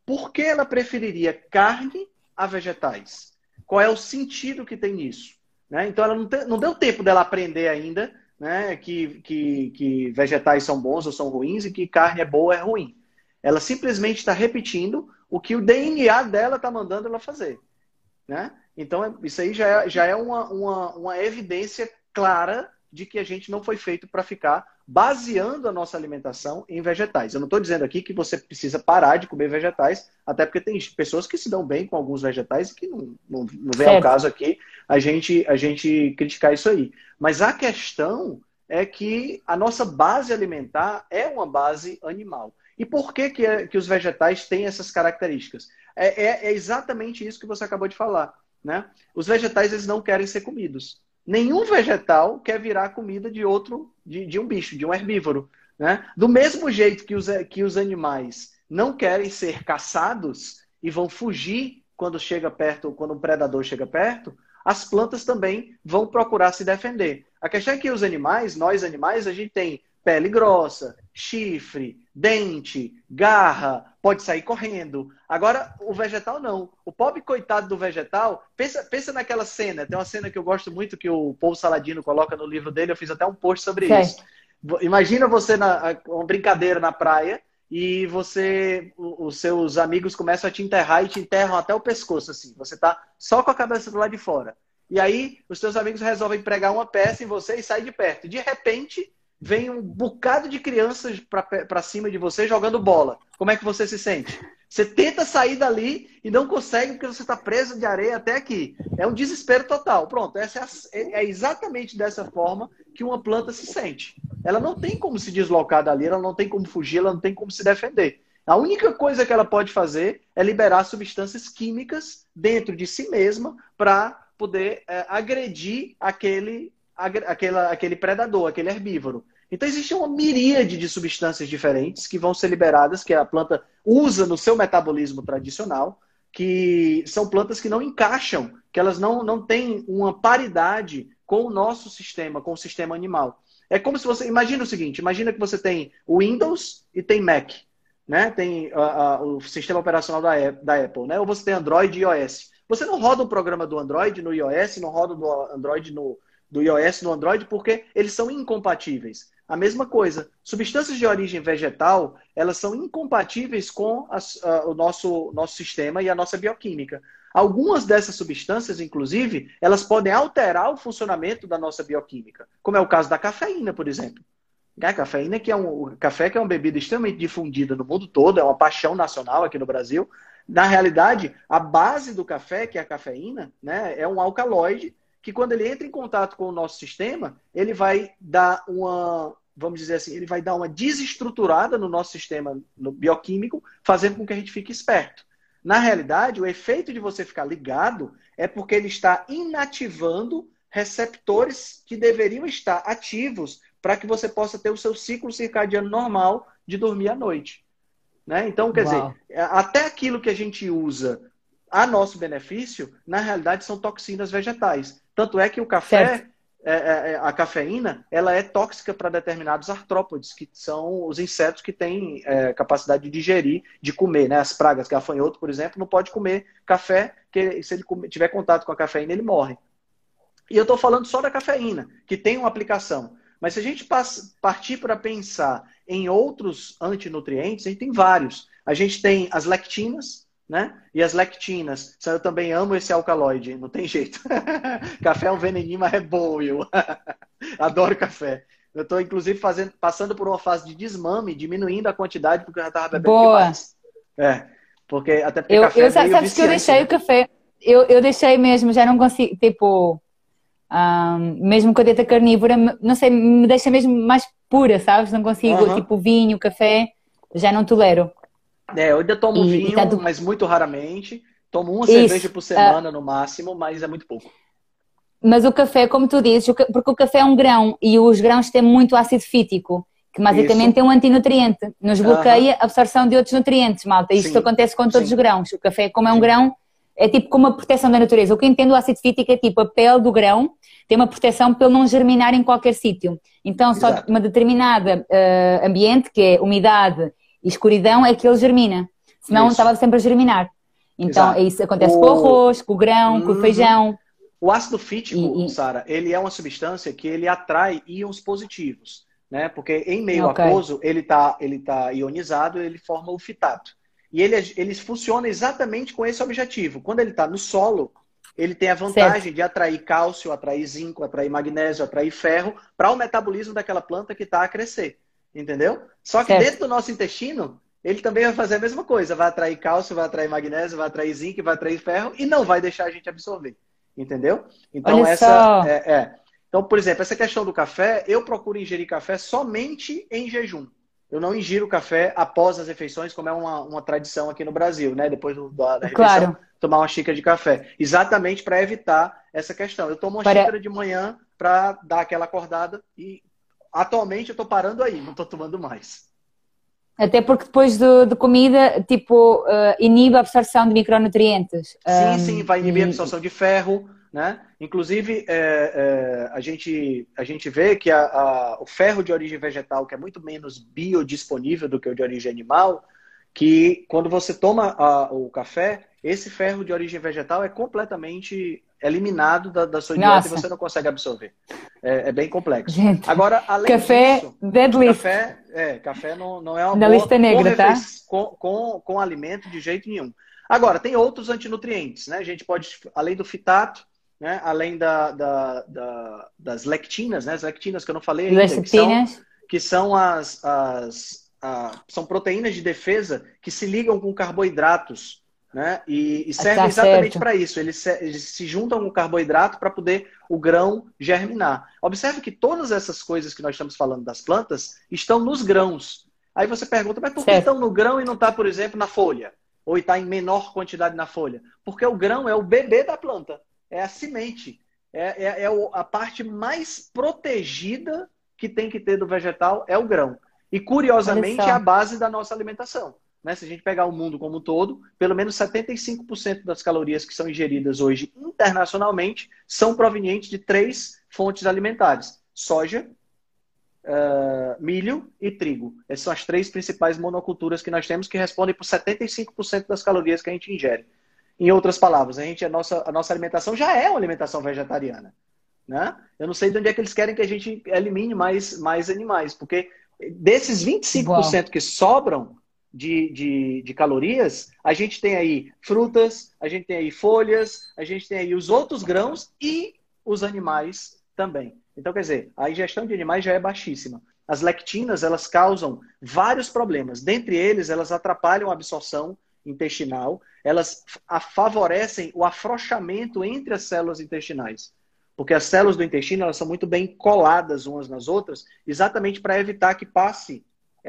[SPEAKER 3] Por que ela preferiria carne a vegetais? Qual é o sentido que tem nisso? Né? Então, ela não, te, não deu tempo dela aprender ainda, né, que, que, que vegetais são bons ou são ruins e que carne é boa ou é ruim. Ela simplesmente está repetindo o que o D N A dela está mandando ela fazer. Né? Então, isso aí já é, já é uma, uma, uma evidência clara de que a gente não foi feito para ficar baseando a nossa alimentação em vegetais. Eu não estou dizendo aqui que você precisa parar de comer vegetais, até porque tem pessoas que se dão bem com alguns vegetais e que não, não, não vem ao caso aqui a gente, a gente criticar isso aí. Mas a questão é que a nossa base alimentar é uma base animal. E por que, que, é, que os vegetais têm essas características? É, é, é exatamente isso que você acabou de falar. Né? Os vegetais eles não querem ser comidos. Nenhum vegetal quer virar comida de outro, de, de um bicho, de um herbívoro. Né? Do mesmo jeito que os, que os animais não querem ser caçados e vão fugir quando chega perto, quando um predador chega perto, as plantas também vão procurar se defender. A questão é que os animais, nós animais, a gente tem pele grossa, chifre, dente, garra, pode sair correndo. Agora, o vegetal não. O pobre coitado do vegetal, pensa, pensa naquela cena, tem uma cena que eu gosto muito que o Paul Saladino coloca no livro dele, eu fiz até um post sobre Sim. isso. Imagina você, na, uma brincadeira na praia, e você, os seus amigos começam a te enterrar e te enterram até o pescoço, assim. Você tá só com a cabeça do lado de fora. E aí, os seus amigos resolvem pregar uma peça em você e sair de perto. De repente, vem um bocado de crianças para cima de você jogando bola. Como é que você se sente? Você tenta sair dali e não consegue porque você está preso de areia até aqui. É um desespero total. Pronto, essa é, a, é exatamente dessa forma que uma planta se sente. Ela não tem como se deslocar dali, ela não tem como fugir, ela não tem como se defender. A única coisa que ela pode fazer é liberar substâncias químicas dentro de si mesma para poder é, agredir aquele, aquela, aquele predador, aquele herbívoro. Então existe uma miríade de substâncias diferentes que vão ser liberadas, que a planta usa no seu metabolismo tradicional, que são plantas que não encaixam, que elas não, não têm uma paridade com o nosso sistema, com o sistema animal. É como se você... Imagina o seguinte, imagina que você tem o Windows e tem Mac, né? Tem uh, uh, o sistema operacional da, da Apple, né? Ou você tem Android e iOS. Você não roda o programa do Android no iOS, não roda do Android no, do iOS no Android, porque eles são incompatíveis. A mesma coisa. Substâncias de origem vegetal, elas são incompatíveis com as, uh, o nosso, nosso sistema e a nossa bioquímica. Algumas dessas substâncias, inclusive, elas podem alterar o funcionamento da nossa bioquímica, como é o caso da cafeína, por exemplo. A cafeína, que é um, o café que é uma bebida extremamente difundida no mundo todo, é uma paixão nacional aqui no Brasil. Na realidade, a base do café, que é a cafeína, né, é um alcaloide que quando ele entra em contato com o nosso sistema, ele vai dar uma, vamos dizer assim, ele vai dar uma desestruturada no nosso sistema no bioquímico, fazendo com que a gente fique esperto. Na realidade, o efeito de você ficar ligado é porque ele está inativando receptores que deveriam estar ativos para que você possa ter o seu ciclo circadiano normal de dormir à noite. Né? Então, quer Uau. dizer, até aquilo que a gente usa a nosso benefício, na realidade, são toxinas vegetais. Tanto é que o café, é, é, a cafeína, ela é tóxica para determinados artrópodes, que são os insetos que têm é, capacidade de digerir, de comer, né? As pragas, gafanhoto, por exemplo, não pode comer café, que se ele tiver contato com a cafeína, ele morre. E eu estou falando só da cafeína, que tem uma aplicação. Mas se a gente partir para pensar em outros antinutrientes, a gente tem vários. A gente tem as lectinas, né? E as lectinas, eu também amo esse alcaloide, não tem jeito. Café é um veneninho, mas é bom, eu adoro café. Eu estou, inclusive, fazendo, passando por uma fase de desmame, diminuindo a quantidade, porque eu já estava bebendo
[SPEAKER 2] Boa.
[SPEAKER 3] demais. É, porque, até porque
[SPEAKER 2] eu,
[SPEAKER 3] café
[SPEAKER 2] eu,
[SPEAKER 3] é meio
[SPEAKER 2] sabes que eu deixei, né? O café, eu, eu deixei mesmo, já não consigo, tipo... Um, mesmo com a dieta carnívora, não sei, me deixa mesmo mais pura, sabes? Não consigo, uhum. tipo vinho, café, já não tolero.
[SPEAKER 3] É, eu ainda tomo e, vinho, e tanto... mas muito raramente. Tomo uma Isso, cerveja por semana uh... no máximo, mas é muito pouco.
[SPEAKER 2] Mas o café, como tu dizes, porque o café é um grão e os grãos têm muito ácido fítico, que basicamente é um antinutriente. Nos bloqueia uhum. a absorção de outros nutrientes, malta. Isto Sim. acontece com todos Sim. os grãos. O café, como é um Sim. grão, é tipo como uma proteção da natureza. O que eu entendo do ácido fítico é tipo a pele do grão, tem uma proteção para ele não germinar em qualquer sítio. Então, só Exato. uma determinada uh, ambiente, que é umidade e escuridão, é que ele germina. senão
[SPEAKER 3] Isso.
[SPEAKER 2] estava sempre a germinar. Então,
[SPEAKER 3] Exato.
[SPEAKER 2] isso acontece
[SPEAKER 3] O-
[SPEAKER 2] com o arroz, com o grão, com o
[SPEAKER 3] Uhum.
[SPEAKER 2] feijão.
[SPEAKER 3] O ácido fítico,
[SPEAKER 2] E- e-
[SPEAKER 3] Sara, ele é uma substância que ele atrai íons positivos, né? Porque em meio
[SPEAKER 2] Ok.
[SPEAKER 3] aquoso ele está ele tá ionizado, ele forma o fitato. E ele, ele funciona exatamente com esse objetivo. Quando ele está no solo, ele tem a vantagem
[SPEAKER 2] Certo.
[SPEAKER 3] de atrair cálcio, atrair zinco, atrair magnésio, atrair ferro para o metabolismo daquela planta que está a crescer. Entendeu? Só que
[SPEAKER 2] Certo.
[SPEAKER 3] dentro do nosso intestino, ele também vai fazer a mesma coisa. Vai atrair cálcio, vai atrair magnésio, vai atrair zinco, vai atrair ferro e não vai deixar a gente absorver. Entendeu? Então,
[SPEAKER 2] Olha
[SPEAKER 3] essa
[SPEAKER 2] só.
[SPEAKER 3] é, é. Então, por exemplo, essa questão do café, eu procuro ingerir café somente em jejum. Eu não ingiro café após as refeições, como é uma, uma tradição aqui no Brasil, né? Depois do, da, da refeição,
[SPEAKER 2] Claro.
[SPEAKER 3] tomar uma xícara de café. Exatamente para evitar essa questão. Eu tomo uma
[SPEAKER 2] Para-
[SPEAKER 3] xícara de manhã para dar aquela acordada e atualmente eu estou parando aí, não estou tomando mais.
[SPEAKER 2] Até porque depois de, de comida, tipo, uh, inibe a absorção de micronutrientes.
[SPEAKER 3] Sim,
[SPEAKER 2] Um,
[SPEAKER 3] sim, vai inibir a
[SPEAKER 2] e-
[SPEAKER 3] absorção de ferro, né? Inclusive, é, é, a, gente, a gente vê que a, a, o ferro de origem vegetal, que é muito menos biodisponível do que o de origem animal, que quando você toma a, o café, esse ferro de origem vegetal é completamente eliminado da, da sua dieta
[SPEAKER 2] Nossa.
[SPEAKER 3] e você não consegue absorver. É, é bem complexo.
[SPEAKER 2] Gente,
[SPEAKER 3] Agora, além
[SPEAKER 2] café,
[SPEAKER 3] disso,
[SPEAKER 2] dead list.
[SPEAKER 3] café, é, café não, não é uma
[SPEAKER 2] Na
[SPEAKER 3] boa
[SPEAKER 2] lista negra,
[SPEAKER 3] com,
[SPEAKER 2] tá?
[SPEAKER 3] refeição- com, com, com alimento de jeito nenhum. Agora, tem outros antinutrientes, né? A gente pode, além do fitato, né? Além da, da, da- das lectinas, né? As lectinas que eu não falei ainda,
[SPEAKER 2] Das
[SPEAKER 3] que são,
[SPEAKER 2] lectinas.
[SPEAKER 3] que são as, as a- são proteínas de defesa que se ligam com carboidratos, né? E, e servem
[SPEAKER 2] tá
[SPEAKER 3] exatamente
[SPEAKER 2] certo.
[SPEAKER 3] para isso. Eles se, eles se juntam com o carboidrato para poder o grão germinar. Observe que todas essas coisas que nós estamos falando das plantas estão nos grãos. Aí você pergunta, mas por que
[SPEAKER 2] Certo.
[SPEAKER 3] estão no grão e não está, por exemplo, na folha? Ou está em menor quantidade na folha? Porque o grão é o bebê da planta. É a semente. É, é, é o- a parte mais protegida que tem que ter do vegetal é o grão. E, curiosamente,
[SPEAKER 2] Olha só.
[SPEAKER 3] é a base da nossa alimentação. Né? Se a gente pegar o mundo como um todo, pelo menos setenta e cinco por cento das calorias que são ingeridas hoje internacionalmente são provenientes de três fontes alimentares. Soja, uh, milho e trigo. Essas são as três principais monoculturas que nós temos que respondem por setenta e cinco por cento das calorias que a gente ingere. Em outras palavras, a, gente, a, nossa, a nossa alimentação já é uma alimentação vegetariana. Né? Eu não sei de onde é que eles querem que a gente elimine mais, mais animais, porque desses vinte e cinco por cento que sobram de, de, de calorias, a gente tem aí frutas, a gente tem aí folhas, a gente tem aí os outros grãos e os animais também. Então, quer dizer, a ingestão de animais já é baixíssima. As lectinas, elas causam vários problemas. Dentre eles, elas atrapalham a absorção intestinal, elas favorecem o afrouxamento entre as células intestinais. Porque as células do intestino, elas são muito bem coladas umas nas outras, exatamente para evitar que passe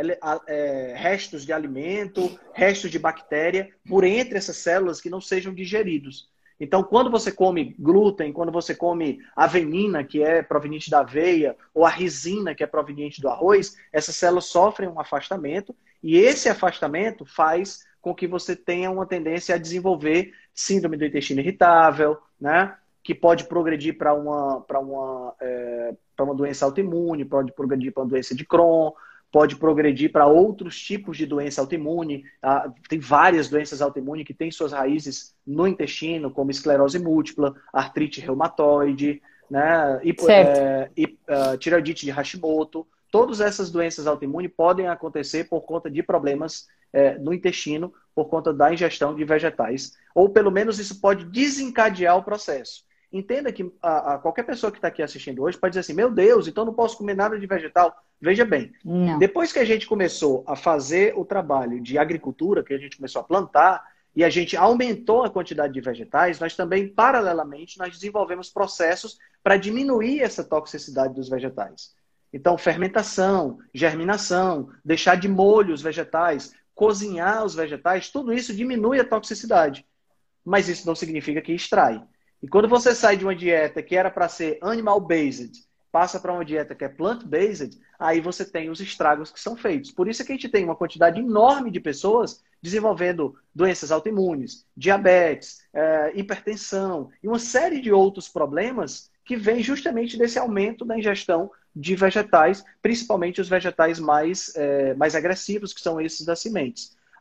[SPEAKER 3] é, restos de alimento, restos de bactéria, por entre essas células que não sejam digeridos. Então, quando você come glúten, quando você come avenina, que é proveniente da aveia, ou a risina, que é proveniente do arroz, essas células sofrem um afastamento, e esse afastamento faz com que você tenha uma tendência a desenvolver síndrome do intestino irritável, né? Que pode progredir para uma, para uma, é, para uma doença autoimune, pode progredir para uma doença de Crohn, pode progredir para outros tipos de doença autoimune. Tá? Tem várias doenças autoimunes que têm suas raízes no intestino, como esclerose múltipla, artrite reumatoide, né? Hipo, é, hip, uh, tireoidite de Hashimoto. Todas essas doenças autoimunes podem acontecer por conta de problemas é, no intestino, por conta da ingestão de vegetais. Ou pelo menos isso pode desencadear o processo. Entenda que a, a qualquer pessoa que está aqui assistindo hoje pode dizer assim, meu Deus, então não posso comer nada de vegetal. Veja bem,
[SPEAKER 2] não.
[SPEAKER 3] Depois que a gente começou a fazer o trabalho de agricultura, que a gente começou a plantar, e a gente aumentou a quantidade de vegetais, nós também, paralelamente, nós desenvolvemos processos para diminuir essa toxicidade dos vegetais. Então, fermentação, germinação, deixar de molho os vegetais, cozinhar os vegetais, tudo isso diminui a toxicidade. Mas isso não significa que extrai. E quando você sai de uma dieta que era para ser animal-based, passa para uma dieta que é plant-based, aí você tem os estragos que são feitos. Por isso é que a gente tem uma quantidade enorme de pessoas desenvolvendo doenças autoimunes, diabetes, é, hipertensão e uma série de outros problemas que vêm justamente desse aumento da ingestão de vegetais, principalmente os vegetais mais, é, mais agressivos, que são esses das sementes.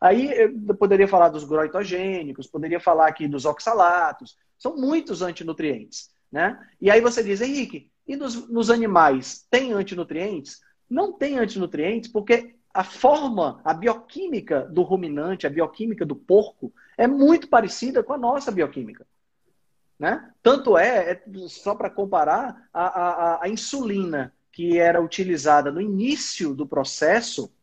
[SPEAKER 3] Aí eu poderia falar dos goitogênicos, poderia falar aqui dos oxalatos, são muitos antinutrientes, né? E aí você diz, Henrique, e nos, nos animais tem antinutrientes? Não tem antinutrientes porque a forma, a bioquímica do ruminante, a bioquímica do porco é muito parecida com a nossa bioquímica, né? Tanto é, é só para comparar, a, a, a insulina que era utilizada no início do processo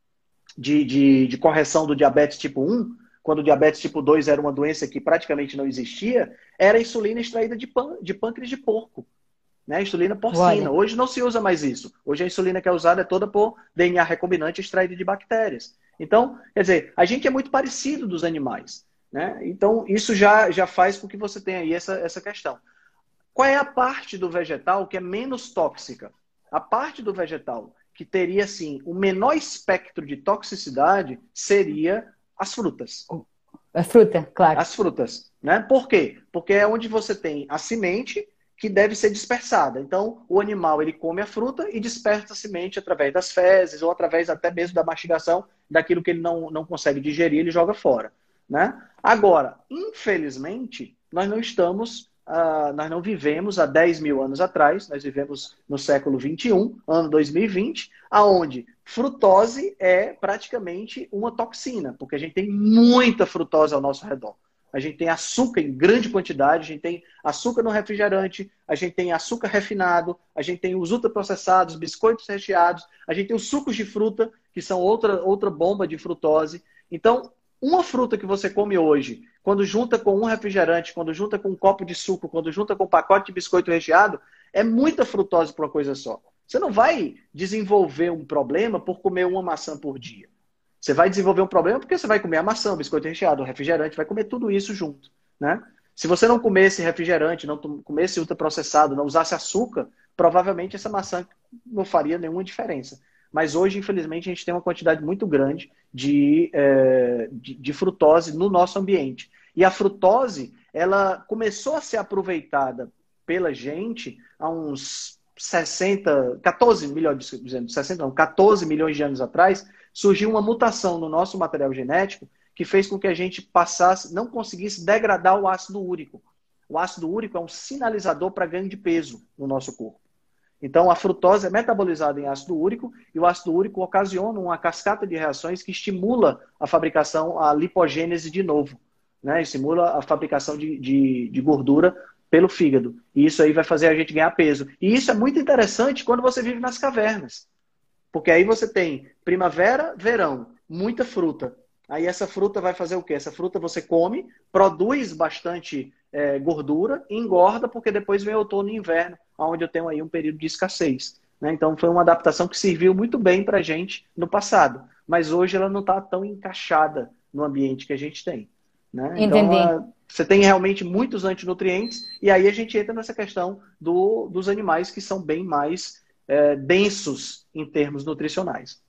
[SPEAKER 3] de, de, de correção do diabetes tipo um, quando o diabetes tipo dois era uma doença que praticamente não existia, era a insulina extraída de, pân de pâncreas de porco, né? Insulina porcina. Olha. Hoje não se usa mais isso. Hoje a insulina que é usada é toda por D N A recombinante extraído de bactérias. Então, quer dizer, a gente é muito parecido dos animais, né? Então, isso já, já faz com que você tenha aí essa, essa questão. Qual é a parte do vegetal que é menos tóxica? A parte do vegetal que teria, assim, o menor espectro de toxicidade seria as frutas.
[SPEAKER 2] A fruta, claro.
[SPEAKER 3] As frutas, né? Por quê? Porque é onde você tem a semente que deve ser dispersada. Então, o animal, ele come a fruta e dispersa a semente através das fezes ou através até mesmo da mastigação daquilo que ele não, não consegue digerir, ele joga fora, né? Agora, infelizmente, nós não estamos... Uh, nós não vivemos há dez mil anos atrás, nós vivemos no século vinte e um, ano dois mil e vinte, aonde frutose é praticamente uma toxina, porque a gente tem muita frutose ao nosso redor. A gente tem açúcar em grande quantidade, a gente tem açúcar no refrigerante, a gente tem açúcar refinado, a gente tem os ultraprocessados, biscoitos recheados, a gente tem os sucos de fruta, que são outra, outra bomba de frutose. Então, uma fruta que você come hoje, quando junta com um refrigerante, quando junta com um copo de suco, quando junta com um pacote de biscoito recheado, é muita frutose para uma coisa só. Você não vai desenvolver um problema por comer uma maçã por dia. Você vai desenvolver um problema porque você vai comer a maçã, o biscoito recheado, o refrigerante, vai comer tudo isso junto, né? Se você não comesse refrigerante, não comesse ultraprocessado, não usasse açúcar, provavelmente essa maçã não faria nenhuma diferença. Mas hoje, infelizmente, a gente tem uma quantidade muito grande de, é, de, de frutose no nosso ambiente. E a frutose, ela começou a ser aproveitada pela gente há uns sessenta, quatorze milhões, dizendo, sessenta não, quatorze milhões de anos atrás, surgiu uma mutação no nosso material genético que fez com que a gente passasse, não conseguisse degradar o ácido úrico. O ácido úrico é um sinalizador para ganho de peso no nosso corpo. Então, a frutose é metabolizada em ácido úrico e o ácido úrico ocasiona uma cascata de reações que estimula a fabricação, a lipogênese de novo, né? Estimula a fabricação de, de, de gordura pelo fígado. E isso aí vai fazer a gente ganhar peso. E isso é muito interessante quando você vive nas cavernas. Porque aí você tem primavera, verão, muita fruta. Aí essa fruta vai fazer o quê? Essa fruta você come, produz bastante é, gordura e engorda, porque depois vem outono e inverno, onde eu tenho aí um período de escassez, né? Então foi uma adaptação que serviu muito bem para a gente no passado. Mas hoje ela não está tão encaixada no ambiente que a gente tem, né?
[SPEAKER 2] Entendi.
[SPEAKER 3] Então você tem realmente muitos antinutrientes e aí a gente entra nessa questão do, dos animais que são bem mais é, densos em termos nutricionais.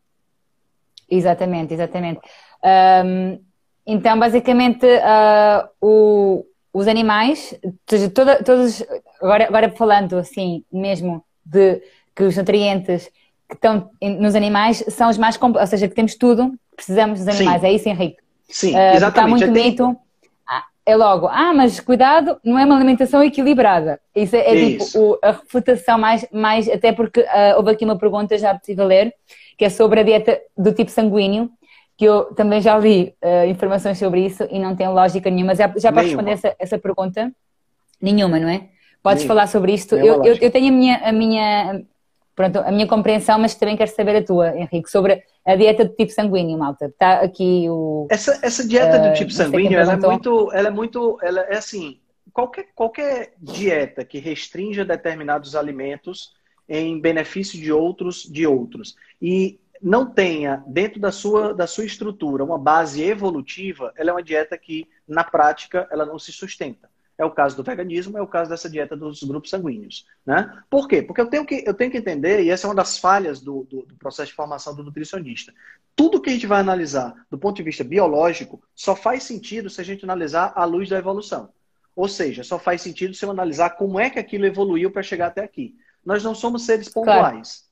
[SPEAKER 2] Exatamente, exatamente. Um, então, basicamente, uh, o, os animais, toda, todos, agora, agora falando assim mesmo de que os nutrientes que estão nos animais são os mais complexos, ou seja, que temos tudo, precisamos dos animais,
[SPEAKER 3] Sim.
[SPEAKER 2] É isso, Henrique?
[SPEAKER 3] Sim,
[SPEAKER 2] uh,
[SPEAKER 3] exatamente.
[SPEAKER 2] Há muito
[SPEAKER 3] tem...
[SPEAKER 2] mito, é logo, ah, mas cuidado, não é uma alimentação equilibrada. Isso é, é
[SPEAKER 3] isso.
[SPEAKER 2] tipo o, a refutação mais, mais, até porque uh, houve aqui uma pergunta, já possível ler, que é sobre a dieta do tipo sanguíneo, que eu também já li uh, informações sobre isso e não tem lógica nenhuma. Já, já para responder essa, essa pergunta? Nenhuma, não é? Podes
[SPEAKER 3] nenhuma.
[SPEAKER 2] falar sobre isto? Eu, eu, eu tenho a minha, a, minha, pronto, a minha compreensão, mas também quero saber a tua, Henrique, sobre a dieta do tipo sanguíneo, malta. Está aqui o...
[SPEAKER 3] Essa, essa dieta uh, do tipo sanguíneo, ela é muito... Ela é muito... Ela é assim, qualquer, qualquer dieta que restrinja determinados alimentos em benefício de outros, de outros, e não tenha dentro da sua, da sua estrutura uma base evolutiva, ela é uma dieta que, na prática, ela não se sustenta. É o caso do veganismo, é o caso dessa dieta dos grupos sanguíneos, né? Por quê? Porque eu tenho que, eu tenho que entender, e essa é uma das falhas do, do, do processo de formação do nutricionista. Tudo que a gente vai analisar do ponto de vista biológico só faz sentido se a gente analisar à luz da evolução. Ou seja, só faz sentido se eu analisar como é que aquilo evoluiu para chegar até aqui. Nós não somos seres pontuais.
[SPEAKER 2] Claro.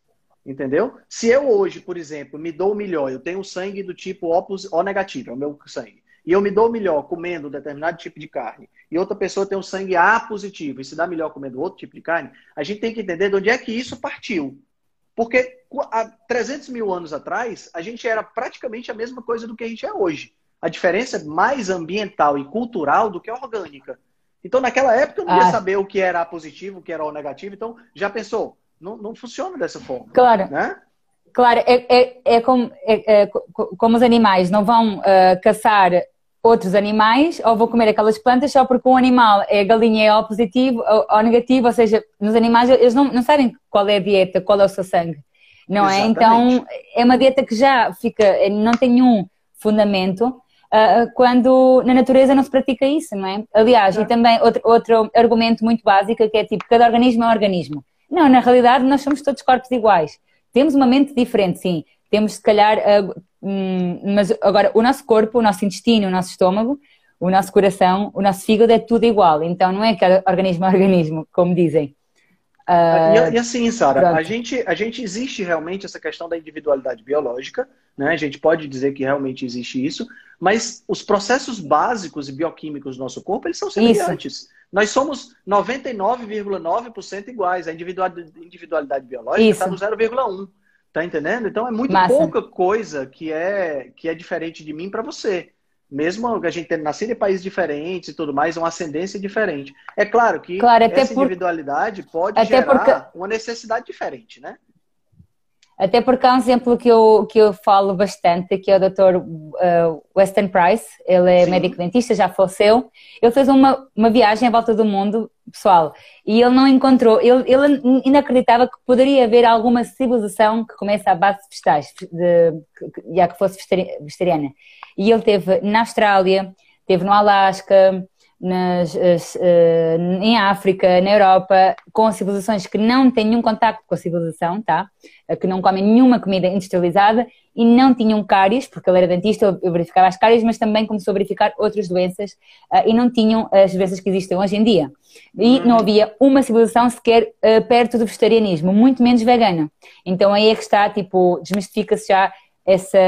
[SPEAKER 3] Entendeu? Se eu hoje, por exemplo, me dou melhor, eu tenho sangue do tipo O negativo, é o meu sangue, e eu me dou melhor comendo um determinado tipo de carne, e outra pessoa tem um sangue A positivo e se dá melhor comendo outro tipo de carne, a gente tem que entender de onde é que isso partiu. Porque há trezentos mil anos atrás, a gente era praticamente a mesma coisa do que a gente é hoje. A diferença é mais ambiental e cultural do que orgânica. Então, naquela época, eu não ia
[SPEAKER 2] Ah,
[SPEAKER 3] saber o que era A positivo, o que era O negativo. Então, já pensou? Não, não funciona dessa forma.
[SPEAKER 2] claro,
[SPEAKER 3] Né?
[SPEAKER 2] claro, é, é, é, como, é, é co- como os animais não vão ah, caçar outros animais ou vão comer aquelas plantas só porque um animal é galinha é O positivo ou, ou negativo, ou seja, nos animais eles não, não sabem qual é a dieta, qual é o seu sangue, não é?
[SPEAKER 3] Exatamente.
[SPEAKER 2] Então é uma dieta que já fica, não tem nenhum fundamento ah, quando na natureza não se pratica isso, não é? Aliás, e
[SPEAKER 3] É.
[SPEAKER 2] também outro, outro argumento muito básico que é tipo, cada organismo é um organismo. Não, na realidade nós somos todos corpos iguais. Temos uma mente diferente, sim. Temos, se calhar, uh, hum, mas agora o nosso corpo, o nosso intestino, o nosso estômago, o nosso coração, o nosso fígado é tudo igual. Então não é cada organismo é organismo, como dizem.
[SPEAKER 3] Ah, E,
[SPEAKER 2] Uh,
[SPEAKER 3] e assim, Sara, a
[SPEAKER 2] pronto.
[SPEAKER 3] gente, a gente existe realmente essa questão da individualidade biológica, né? A gente pode dizer que realmente existe isso, mas os processos básicos e bioquímicos do nosso corpo, eles são
[SPEAKER 2] Isso,
[SPEAKER 3] semelhantes. Nós somos noventa e nove vírgula nove por cento iguais. A individualidade, individualidade biológica está no
[SPEAKER 2] isso.
[SPEAKER 3] zero vírgula um. Tá entendendo? Então é muito
[SPEAKER 2] Massa.
[SPEAKER 3] pouca coisa que é, que é diferente de mim para você. Mesmo a gente tendo nascido em países diferentes e tudo mais, uma ascendência diferente. É claro que
[SPEAKER 2] Claro, até
[SPEAKER 3] essa
[SPEAKER 2] porque,
[SPEAKER 3] individualidade pode
[SPEAKER 2] até porque
[SPEAKER 3] gerar uma necessidade diferente, né?
[SPEAKER 2] Até porque há um exemplo que eu, que eu falo bastante, que é o doutor uh, Weston Price, ele é médico
[SPEAKER 3] Sim.
[SPEAKER 2] dentista, já faleceu. Ele fez uma, uma viagem à volta do mundo, pessoal, e ele não encontrou, ele, ele ainda acreditava que poderia haver alguma civilização que começa à base de vegetais, de, que- já que fosse vegetari- vegetariana. E ele esteve na Austrália, esteve no Alasca, nas, as, eh, em África, na Europa, com civilizações que não têm nenhum contacto com a civilização, tá? Que não comem nenhuma comida industrializada e não tinham cáries, porque ele era dentista, eu verificava as cáries, mas também começou a verificar outras doenças uh, e não tinham as doenças que existem hoje em dia. E não
[SPEAKER 3] Uhum.
[SPEAKER 2] havia uma civilização sequer uh, perto do vegetarianismo, muito menos vegana. Então aí é que está, tipo, desmistifica-se já essa,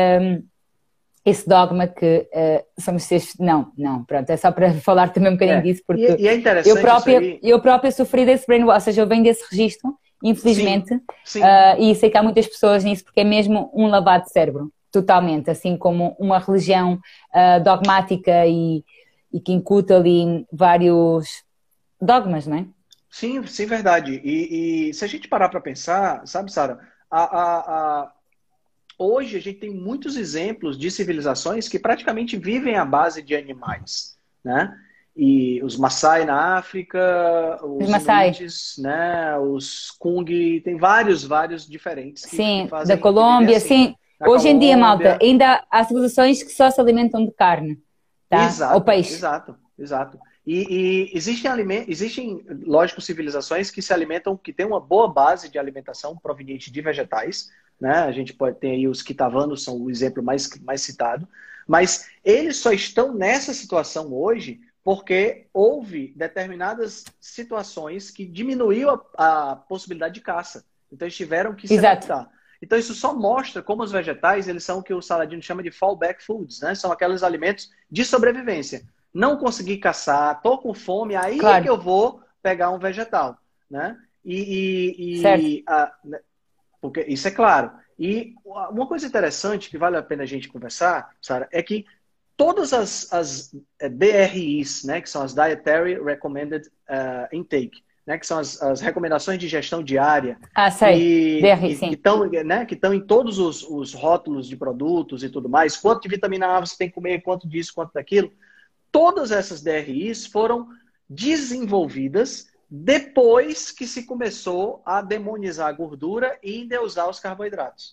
[SPEAKER 2] esse dogma que uh, somos seres... Não, não, pronto, é só para falar também um bocadinho
[SPEAKER 3] É.
[SPEAKER 2] disso,
[SPEAKER 3] E,
[SPEAKER 2] porque
[SPEAKER 3] e é
[SPEAKER 2] eu
[SPEAKER 3] interessante isso
[SPEAKER 2] própria,
[SPEAKER 3] aí.
[SPEAKER 2] eu própria sofri desse brainwash, ou seja, eu venho desse registro,
[SPEAKER 3] Sim,
[SPEAKER 2] infelizmente,
[SPEAKER 3] sim.
[SPEAKER 2] uh, e sei que há muitas pessoas nisso porque é mesmo um lavado de cérebro, totalmente, assim como uma religião uh, dogmática e, e que incuta ali vários dogmas, não é?
[SPEAKER 3] Sim, sim, verdade. E, e se a gente parar para pensar, sabe, Sara, a, a, a- hoje a gente tem muitos exemplos de civilizações que praticamente vivem à base de animais, né? E os Maasai na África,
[SPEAKER 2] Os
[SPEAKER 3] os
[SPEAKER 2] Maasai,
[SPEAKER 3] Inuits, né? Os Kung, tem vários, vários diferentes que, que
[SPEAKER 2] sim, da
[SPEAKER 3] fazem, que vivem
[SPEAKER 2] Colômbia,
[SPEAKER 3] assim.
[SPEAKER 2] sim.
[SPEAKER 3] Na
[SPEAKER 2] Hoje em dia, malta,
[SPEAKER 3] Colômbia.
[SPEAKER 2] ainda há civilizações que só se alimentam de carne, tá? Ou
[SPEAKER 3] Exato,
[SPEAKER 2] peixe.
[SPEAKER 3] exato, exato. E, e existem alimentos, existem, lógico, civilizações que se alimentam, que têm uma boa base de alimentação proveniente de vegetais, né? A gente pode ter aí os quitavanos, são o exemplo mais, mais citado, mas eles só estão nessa situação hoje porque houve determinadas situações que diminuiu a, a possibilidade de caça. Então eles tiveram que se
[SPEAKER 2] Exato,
[SPEAKER 3] adaptar. Então isso só mostra como os vegetais, eles são o que o Saladino chama de fallback foods, né? São aqueles alimentos de sobrevivência. Não consegui caçar, tô com fome, aí é que
[SPEAKER 2] claro,
[SPEAKER 3] eu vou pegar um vegetal, né? E,
[SPEAKER 2] certo.
[SPEAKER 3] e, e a, porque isso é claro. E uma coisa interessante que vale a pena a gente conversar, Sara, é que todas as, as D R Is, né, que são as Dietary Recommended uh, Intake, né, que são as, as recomendações de gestão diária,
[SPEAKER 2] Ah, sei,
[SPEAKER 3] que
[SPEAKER 2] D R,
[SPEAKER 3] que
[SPEAKER 2] sim.
[SPEAKER 3] estão né, que estão em todos os, os rótulos de produtos e tudo mais, quanto de vitamina A você tem que comer, quanto disso, quanto daquilo. Todas essas D R Is foram desenvolvidas depois que se começou a demonizar a gordura e endeusar os carboidratos.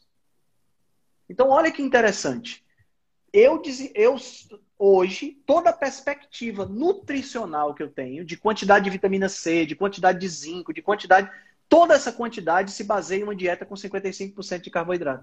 [SPEAKER 3] Então, olha que interessante. Eu, eu hoje, toda a perspectiva nutricional que eu tenho, de quantidade de vitamina C, de quantidade de zinco, de quantidade, toda essa quantidade se baseia em uma dieta com cinquenta e cinco por cento de carboidrato.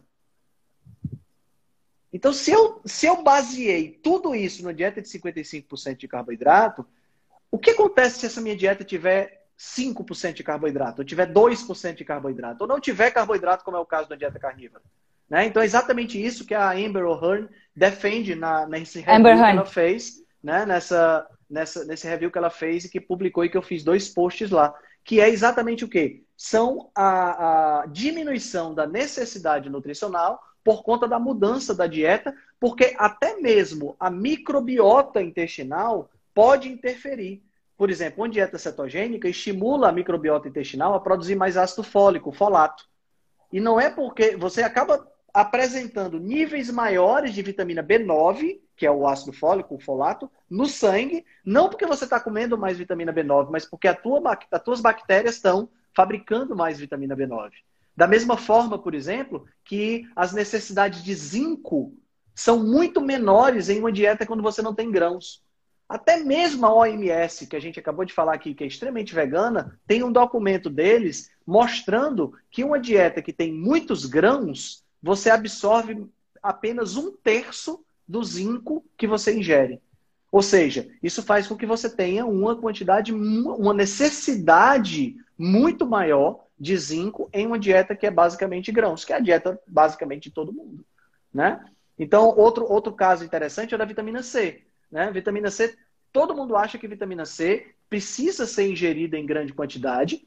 [SPEAKER 3] Então, se eu, se eu baseei tudo isso numa dieta de cinquenta e cinco por cento de carboidrato, o que acontece se essa minha dieta tiver cinco por cento de carboidrato, ou tiver dois por cento de carboidrato, ou não tiver carboidrato, como é o caso da dieta carnívora. Né? Então é exatamente isso que a Amber O'Hearn defende na, nesse review
[SPEAKER 2] Amber
[SPEAKER 3] que
[SPEAKER 2] Hearn.
[SPEAKER 3] ela fez, né? nessa, nessa, nesse review que ela fez e que publicou e que eu fiz dois posts lá. Que é exatamente o quê? São a, a diminuição da necessidade nutricional por conta da mudança da dieta, porque até mesmo a microbiota intestinal pode interferir. Por exemplo, uma dieta cetogênica estimula a microbiota intestinal a produzir mais ácido fólico, folato. E não é porque você acaba apresentando níveis maiores de vitamina B nove, que é o ácido fólico, o folato, no sangue, não porque você está comendo mais vitamina B nove, mas porque a tua, as tuas bactérias estão fabricando mais vitamina B nove. Da mesma forma, por exemplo, que as necessidades de zinco são muito menores em uma dieta quando você não tem grãos. Até mesmo a O M S, que a gente acabou de falar aqui, que é extremamente vegana, tem um documento deles mostrando que uma dieta que tem muitos grãos, você absorve apenas um terço do zinco que você ingere. Ou seja, isso faz com que você tenha uma quantidade, uma necessidade muito maior de zinco em uma dieta que é basicamente grãos, que é a dieta basicamente de todo mundo. Né? Então, outro, outro caso interessante é o da vitamina C. Né? Vitamina C, todo mundo acha que vitamina C precisa ser ingerida em grande quantidade,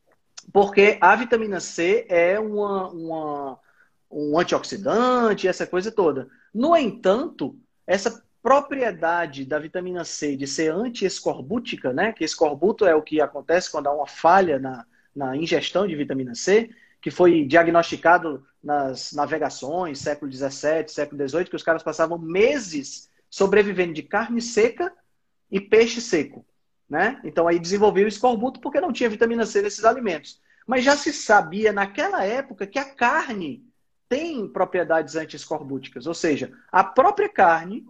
[SPEAKER 3] porque a vitamina C é uma, uma, um antioxidante, essa coisa toda. No entanto, essa propriedade da vitamina C de ser anti-escorbútica, né? Que escorbuto é o que acontece quando há uma falha na, na ingestão de vitamina C, que foi diagnosticado nas navegações, século dezessete, século dezoito, que os caras passavam meses sobrevivendo de carne seca e peixe seco. Né? Então aí desenvolveu o escorbuto porque não tinha vitamina C nesses alimentos. Mas já se sabia naquela época que a carne tem propriedades anti-escorbúticas. Ou seja, a própria carne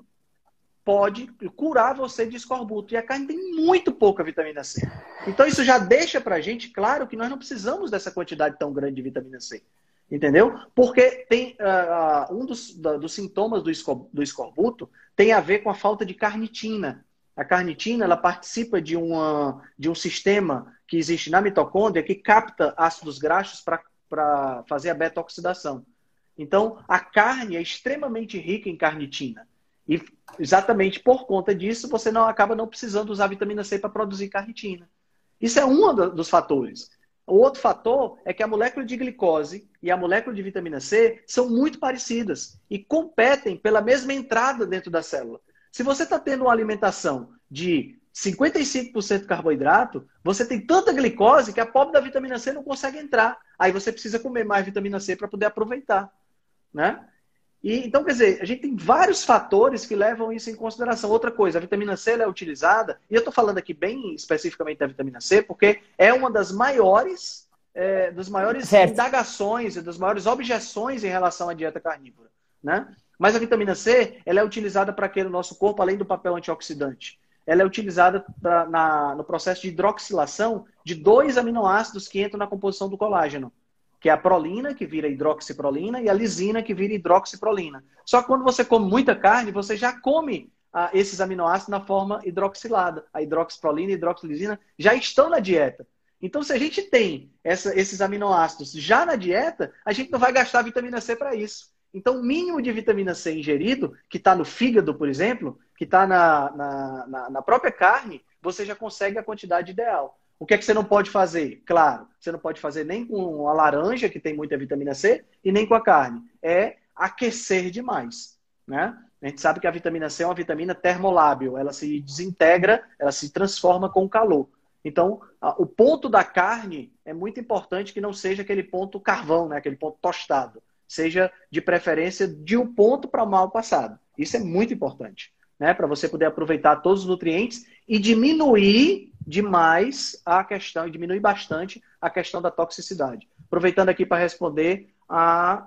[SPEAKER 3] pode curar você de escorbuto. E a carne tem muito pouca vitamina C. Então isso já deixa pra gente claro que nós não precisamos dessa quantidade tão grande de vitamina C. Entendeu? Porque tem uh, um dos, da, dos sintomas do, escor, do escorbuto tem a ver com a falta de carnitina. A carnitina ela participa de, uma, de um sistema que existe na mitocôndria que capta ácidos graxos para fazer a beta-oxidação. Então, a carne é extremamente rica em carnitina. E exatamente por conta disso, você não acaba não precisando usar vitamina C para produzir carnitina. Isso é um dos fatores. O outro fator é que a molécula de glicose e a molécula de vitamina C são muito parecidas e competem pela mesma entrada dentro da célula. Se você está tendo uma alimentação de cinquenta e cinco por cento carboidrato, você tem tanta glicose que a pobre da vitamina C não consegue entrar. Aí você precisa comer mais vitamina C para poder aproveitar. Né? E, então, quer dizer, a gente tem vários fatores que levam isso em consideração. Outra coisa, a vitamina C ela é utilizada, e eu estou falando aqui bem especificamente da vitamina C, porque é uma das maiores, é, das maiores indagações e das maiores objeções em relação à dieta carnívora. Né? Mas a vitamina C ela é utilizada para aquele nosso corpo, além do papel antioxidante. Ela é utilizada pra, na, no processo de hidroxilação de dois aminoácidos que entram na composição do colágeno, que é a prolina, que vira hidroxiprolina, e a lisina, que vira hidroxiprolina. Só que quando você come muita carne, você já come ah, esses aminoácidos na forma hidroxilada. A hidroxiprolina e a hidroxilisina já estão na dieta. Então, se a gente tem essa, esses aminoácidos já na dieta, a gente não vai gastar vitamina C para isso. Então, o mínimo de vitamina C ingerido, que está no fígado, por exemplo, que está na, na, na, na própria carne, você já consegue a quantidade ideal. O que é que você não pode fazer? Claro, você não pode fazer nem com a laranja, que tem muita vitamina C, e nem com a carne. É aquecer demais. Né? A gente sabe que a vitamina C é uma vitamina termolábil. Ela se desintegra, ela se transforma com o calor. Então, o ponto da carne é muito importante que não seja aquele ponto carvão, né? Aquele ponto tostado. Seja, de preferência, de um ponto para o mal passado. Isso é muito importante. Né? Para você poder aproveitar todos os nutrientes e diminuir demais a questão, e diminuir bastante a questão da toxicidade. Aproveitando aqui para responder a,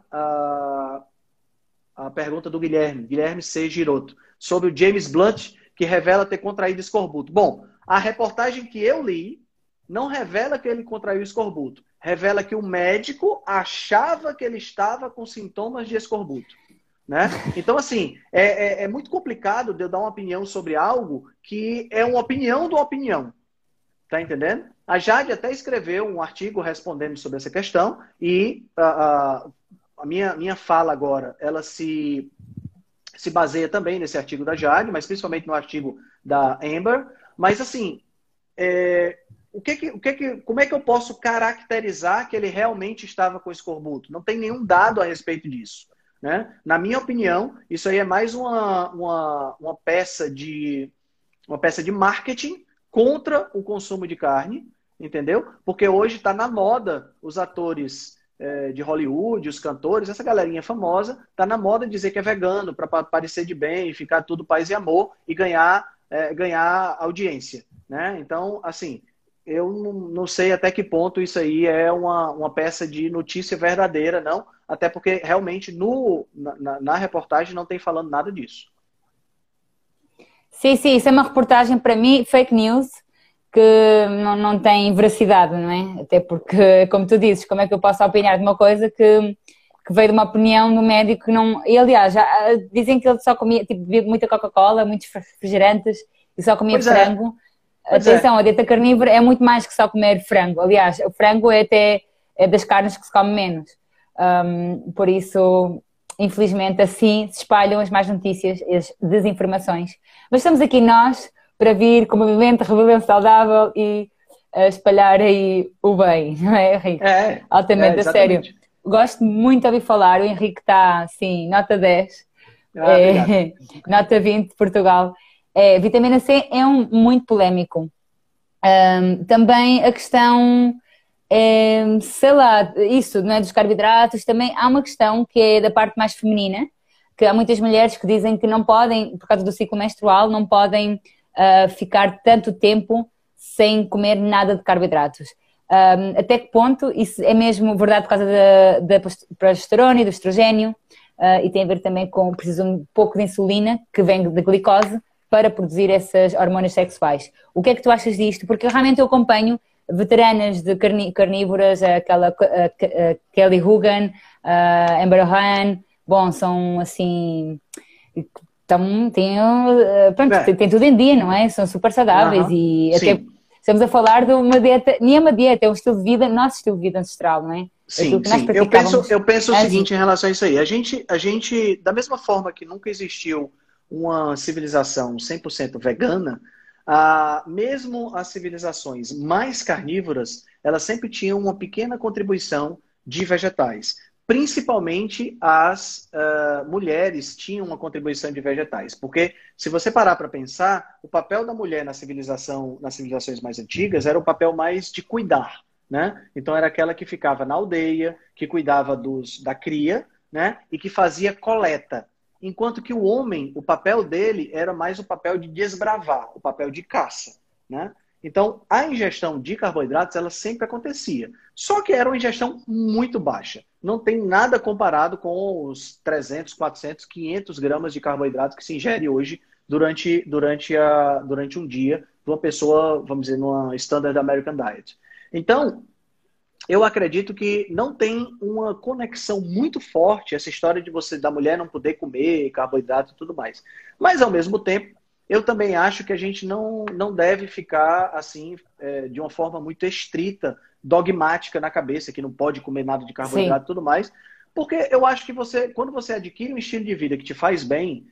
[SPEAKER 3] a, a pergunta do Guilherme, Guilherme C. Giroto, sobre o James Blunt, que revela ter contraído escorbuto. Bom, a reportagem que eu li não revela que ele contraiu escorbuto. Revela que o médico achava que ele estava com sintomas de escorbuto. Né? Então, assim, é, é, é muito complicado de eu dar uma opinião sobre algo que é uma opinião de uma opinião. Tá entendendo? A Jade até escreveu um artigo respondendo sobre essa questão e a, a, a minha, minha fala agora, ela se, se baseia também nesse artigo da Jade, mas principalmente no artigo da Amber. Mas assim, é, o que que, o que que, como é que eu posso caracterizar que ele realmente estava com escorbuto? Não tem nenhum dado a respeito disso. Né? Na minha opinião, isso aí é mais uma, uma, uma, peça, de, uma peça de marketing contra o consumo de carne, entendeu? Porque hoje está na moda os atores é, de Hollywood, os cantores, essa galerinha famosa, está na moda dizer que é vegano para parecer de bem, ficar tudo paz e amor e ganhar, é, ganhar audiência. Né? Então, assim, eu não, não sei até que ponto isso aí é uma, uma peça de notícia verdadeira, não, até porque realmente no, na, na reportagem não tem falando nada disso.
[SPEAKER 2] Sim, sim, isso é uma reportagem, para mim, fake news, que não, não tem veracidade, não é? Até porque, como tu dizes, como é que eu posso opinar de uma coisa que, que veio de uma opinião do médico que não... E, aliás, já, dizem que ele só comia, tipo, bebia muita Coca-Cola, muitos refrigerantes e só comia
[SPEAKER 3] pois
[SPEAKER 2] frango.
[SPEAKER 3] É.
[SPEAKER 2] Atenção,
[SPEAKER 3] é.
[SPEAKER 2] a dieta carnívora é muito mais que só comer frango. Aliás, o frango é até é das carnes que se come menos. Um, por isso... Infelizmente, assim se espalham as más notícias, as desinformações. Mas estamos aqui nós para vir com o movimento Rebelião Saudável e uh, espalhar aí o bem, não é, Henrique?
[SPEAKER 3] É,
[SPEAKER 2] altamente,
[SPEAKER 3] é,
[SPEAKER 2] a sério. Gosto muito de ouvir falar. O Henrique está, assim, nota dez,
[SPEAKER 3] ah,
[SPEAKER 2] é, nota vinte de Portugal. É, vitamina C é um muito polémico. Um, também a questão... É, sei lá, isso, não é, dos carboidratos, também há uma questão que é da parte mais feminina, que há muitas mulheres que dizem que não podem, por causa do ciclo menstrual, não podem uh, ficar tanto tempo sem comer nada de carboidratos. Um, até que ponto isso é mesmo verdade por causa da, da progesterona e do estrogênio, uh, e tem a ver também com, precisa um pouco de insulina, que vem da glicose, para produzir essas hormonas sexuais. O que é que tu achas disto? Porque realmente eu acompanho veteranas de carni carnívoras, aquela a, a, a Kelly Hogan, a Amber Han, bom, são assim, tão, tem, pronto, é. tem, tem tudo em dia, não é? São super saudáveis uh-huh. e
[SPEAKER 3] Sim.
[SPEAKER 2] até estamos a falar de uma dieta, nem é uma dieta, é um estilo de vida, nosso estilo de vida ancestral, não é?
[SPEAKER 3] Sim, sim. Eu penso, eu penso o seguinte em relação a isso aí, a gente, a gente, da mesma forma que nunca existiu uma civilização cem por cento vegana, Ah, mesmo as civilizações mais carnívoras, elas sempre tinham uma pequena contribuição de vegetais. Principalmente as uh, mulheres tinham uma contribuição de vegetais. Porque, se você parar para pensar, o papel da mulher na civilização, nas civilizações mais antigas era o papel mais de cuidar. Né? Então, era aquela que ficava na aldeia, que cuidava dos, da cria, né? E que fazia coleta. Enquanto que o homem, o papel dele era mais o papel de desbravar, o papel de caça, né? Então, a ingestão de carboidratos, ela sempre acontecia. Só que era uma ingestão muito baixa. Não tem nada comparado com os trezentos, quatrocentos, quinhentos gramas de carboidratos que se ingere hoje durante, durante, a, durante um dia de uma pessoa, vamos dizer, numa Standard American Diet. Então, eu acredito que não tem uma conexão muito forte essa história de você, da mulher não poder comer carboidrato e tudo mais. Mas, ao mesmo tempo, eu também acho que a gente não, não deve ficar assim, é, de uma forma muito estrita, dogmática na cabeça, que não pode comer nada de carboidrato e tudo mais. Porque eu acho que você, quando você adquire um estilo de vida que te faz bem,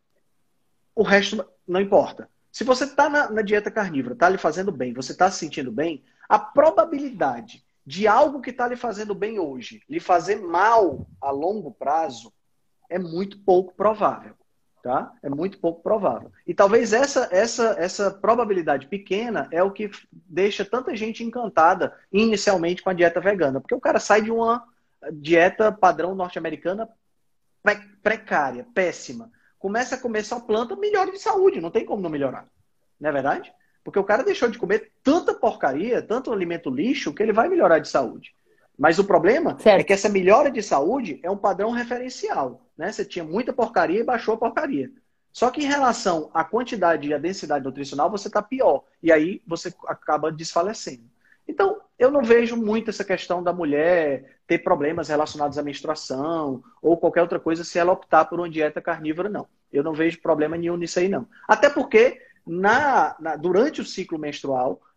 [SPEAKER 3] o resto não importa. Se você está na, na dieta carnívora, está lhe fazendo bem, você está se sentindo bem, a probabilidade de algo que está lhe fazendo bem hoje, lhe fazer mal a longo prazo, é muito pouco provável. Tá? É muito pouco provável. E talvez essa, essa, essa probabilidade pequena é o que deixa tanta gente encantada inicialmente com a dieta vegana. Porque o cara sai de uma dieta padrão norte-americana precária, péssima. Começa a comer só planta, melhora de saúde. Não tem como não melhorar. Não é verdade? Porque o cara deixou de comer tanta porcaria, tanto alimento lixo, que ele vai melhorar de saúde. Mas o problema certo. é que essa melhora de saúde é um padrão referencial. Né? Você tinha muita porcaria e baixou a porcaria. Só que em relação à quantidade e à densidade nutricional, você está pior. E aí você acaba desfalecendo. Então, eu não vejo muito essa questão da mulher ter problemas relacionados à menstruação ou qualquer outra coisa se ela optar por uma dieta carnívora, não. Eu não vejo problema nenhum nisso aí, não. Até porque... Na, na, durante o ciclo menstrual,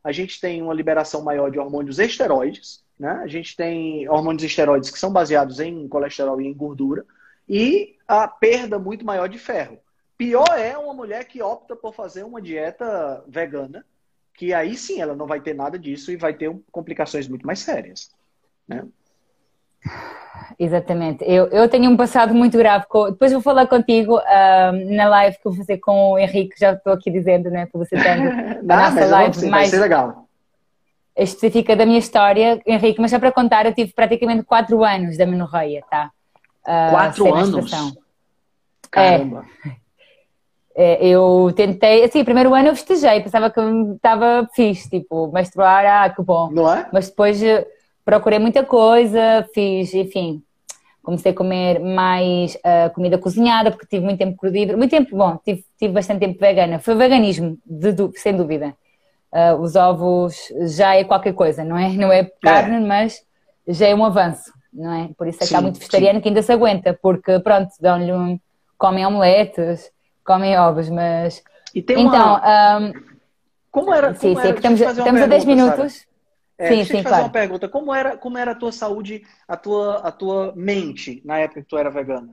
[SPEAKER 3] a gente tem uma liberação maior de hormônios esteroides, né? A gente tem hormônios esteroides que são baseados em colesterol e em gordura, e a perda muito maior de ferro. Pior é uma mulher que opta por fazer uma dieta vegana, que aí sim ela não vai ter nada disso e vai ter complicações muito mais sérias, né?
[SPEAKER 2] Exatamente. Eu, eu tenho um passado muito grave. Com... Depois vou falar contigo uh, na live que eu vou fazer com o Henrique, já estou aqui dizendo, né? Publicitando a
[SPEAKER 3] Não,
[SPEAKER 2] nossa
[SPEAKER 3] mas
[SPEAKER 2] live
[SPEAKER 3] sim,
[SPEAKER 2] mais
[SPEAKER 3] vai ser legal.
[SPEAKER 2] específica da minha história, Henrique. Mas só para contar, eu tive praticamente quatro anos da menorreia, tá? Uh,
[SPEAKER 3] quatro anos? Caramba!
[SPEAKER 2] É, é, eu tentei, assim, primeiro ano eu festejei, pensava que estava fixe, tipo, menstruar, ah, que bom.
[SPEAKER 3] Não é?
[SPEAKER 2] Mas depois procurei muita coisa, fiz, enfim, comecei a comer mais uh, comida cozinhada, porque tive muito tempo livre, muito tempo, bom, tive, tive bastante tempo vegana, foi veganismo, de, sem dúvida. Uh, os ovos já é qualquer coisa, não é? Não é carne, é. Mas já é um avanço, não é? Por isso é que há muito vegetariano sim. que ainda se aguenta, porque pronto, dão-lhe um, comem omeletes, comem ovos, mas...
[SPEAKER 3] E tem
[SPEAKER 2] então,
[SPEAKER 3] uma...
[SPEAKER 2] um...
[SPEAKER 3] Como era?
[SPEAKER 2] Sim,
[SPEAKER 3] como
[SPEAKER 2] sim,
[SPEAKER 3] era?
[SPEAKER 2] estamos, estamos a dez minutos.
[SPEAKER 3] É,
[SPEAKER 2] sim,
[SPEAKER 3] deixa
[SPEAKER 2] sim,
[SPEAKER 3] eu te fazer
[SPEAKER 2] claro.
[SPEAKER 3] uma pergunta. Como era, como era a tua saúde, a tua, a tua mente na época que tu era vegana?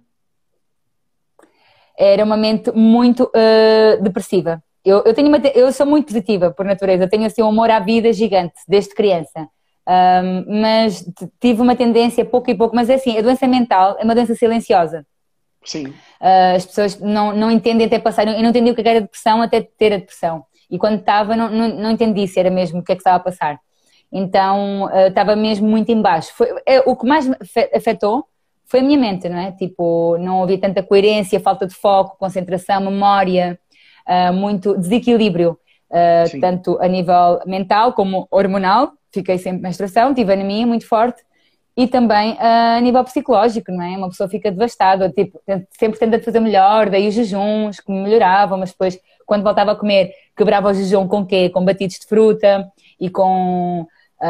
[SPEAKER 2] Era uma mente muito uh, depressiva. Eu, eu, tenho uma, eu sou muito positiva por natureza, eu tenho assim um amor à vida gigante, desde criança. Um, mas tive uma tendência pouco e pouco, mas é assim, a doença mental é uma doença silenciosa.
[SPEAKER 3] Sim.
[SPEAKER 2] Uh, as pessoas não, não entendem até passar, eu não entendi o que era depressão até ter a depressão. E quando estava, não, não, não entendi se era mesmo o que é que estava a passar. Então, uh, estava mesmo muito em baixo. Foi, é, o que mais me afetou foi a minha mente, não é? Tipo, não havia tanta coerência, falta de foco, concentração, memória, uh, muito desequilíbrio, uh, tanto a nível mental como hormonal. Fiquei sem menstruação, tive anemia muito forte. E também uh, a nível psicológico, não é? Uma pessoa fica devastada, tipo, sempre tenta fazer melhor, daí os jejuns que melhoravam, mas depois, quando voltava a comer, quebrava o jejum com o quê? Com batidos de fruta e com,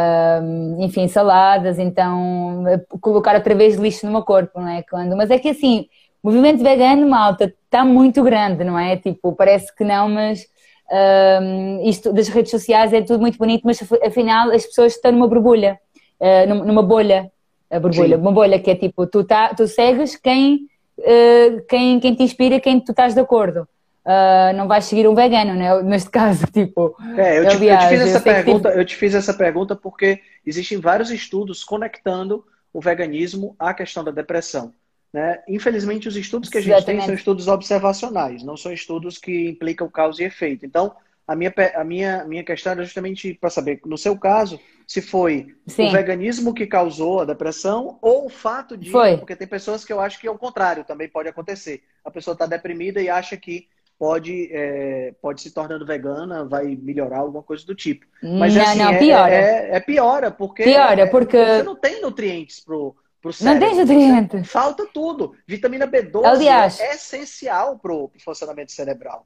[SPEAKER 2] uh, enfim, saladas, então, colocar outra vez lixo no meu corpo, não é? Quando... Mas é que assim, o movimento vegano, malta, está muito grande, não é? Tipo, parece que não, mas uh, isto das redes sociais é tudo muito bonito, mas afinal as pessoas estão numa borbulha. Uh, numa bolha, a borbulha, Sim. uma bolha que é tipo, tu, tá, tu segues quem, uh, quem, quem te inspira, quem tu estás de acordo. Uh, não vais seguir um vegano, né? Neste caso, tipo...
[SPEAKER 3] É, eu te,
[SPEAKER 2] aliás,
[SPEAKER 3] eu te fiz essa
[SPEAKER 2] eu
[SPEAKER 3] pergunta,
[SPEAKER 2] tive...
[SPEAKER 3] eu te fiz essa pergunta porque existem vários estudos conectando o veganismo à questão da depressão, né? Infelizmente, os estudos que a gente Exatamente. tem são estudos observacionais, não são estudos que implicam causa e efeito. Então, a minha, a minha, minha questão era justamente para saber, no seu caso, se foi Sim. o veganismo que causou a depressão ou o fato de...
[SPEAKER 2] Foi.
[SPEAKER 3] Porque tem pessoas que eu acho que é o contrário, também pode acontecer. A pessoa está deprimida e acha que pode, é, pode se tornando vegana, vai melhorar alguma coisa do tipo. Mas
[SPEAKER 2] não,
[SPEAKER 3] assim,
[SPEAKER 2] não,
[SPEAKER 3] é,
[SPEAKER 2] piora.
[SPEAKER 3] É, é piora, porque,
[SPEAKER 2] piora, porque
[SPEAKER 3] você não tem nutrientes pro, pro cérebro.
[SPEAKER 2] Não tem nutrientes.
[SPEAKER 3] Falta tudo. Vitamina B doze
[SPEAKER 2] Aliás,
[SPEAKER 3] é essencial pro, pro funcionamento cerebral.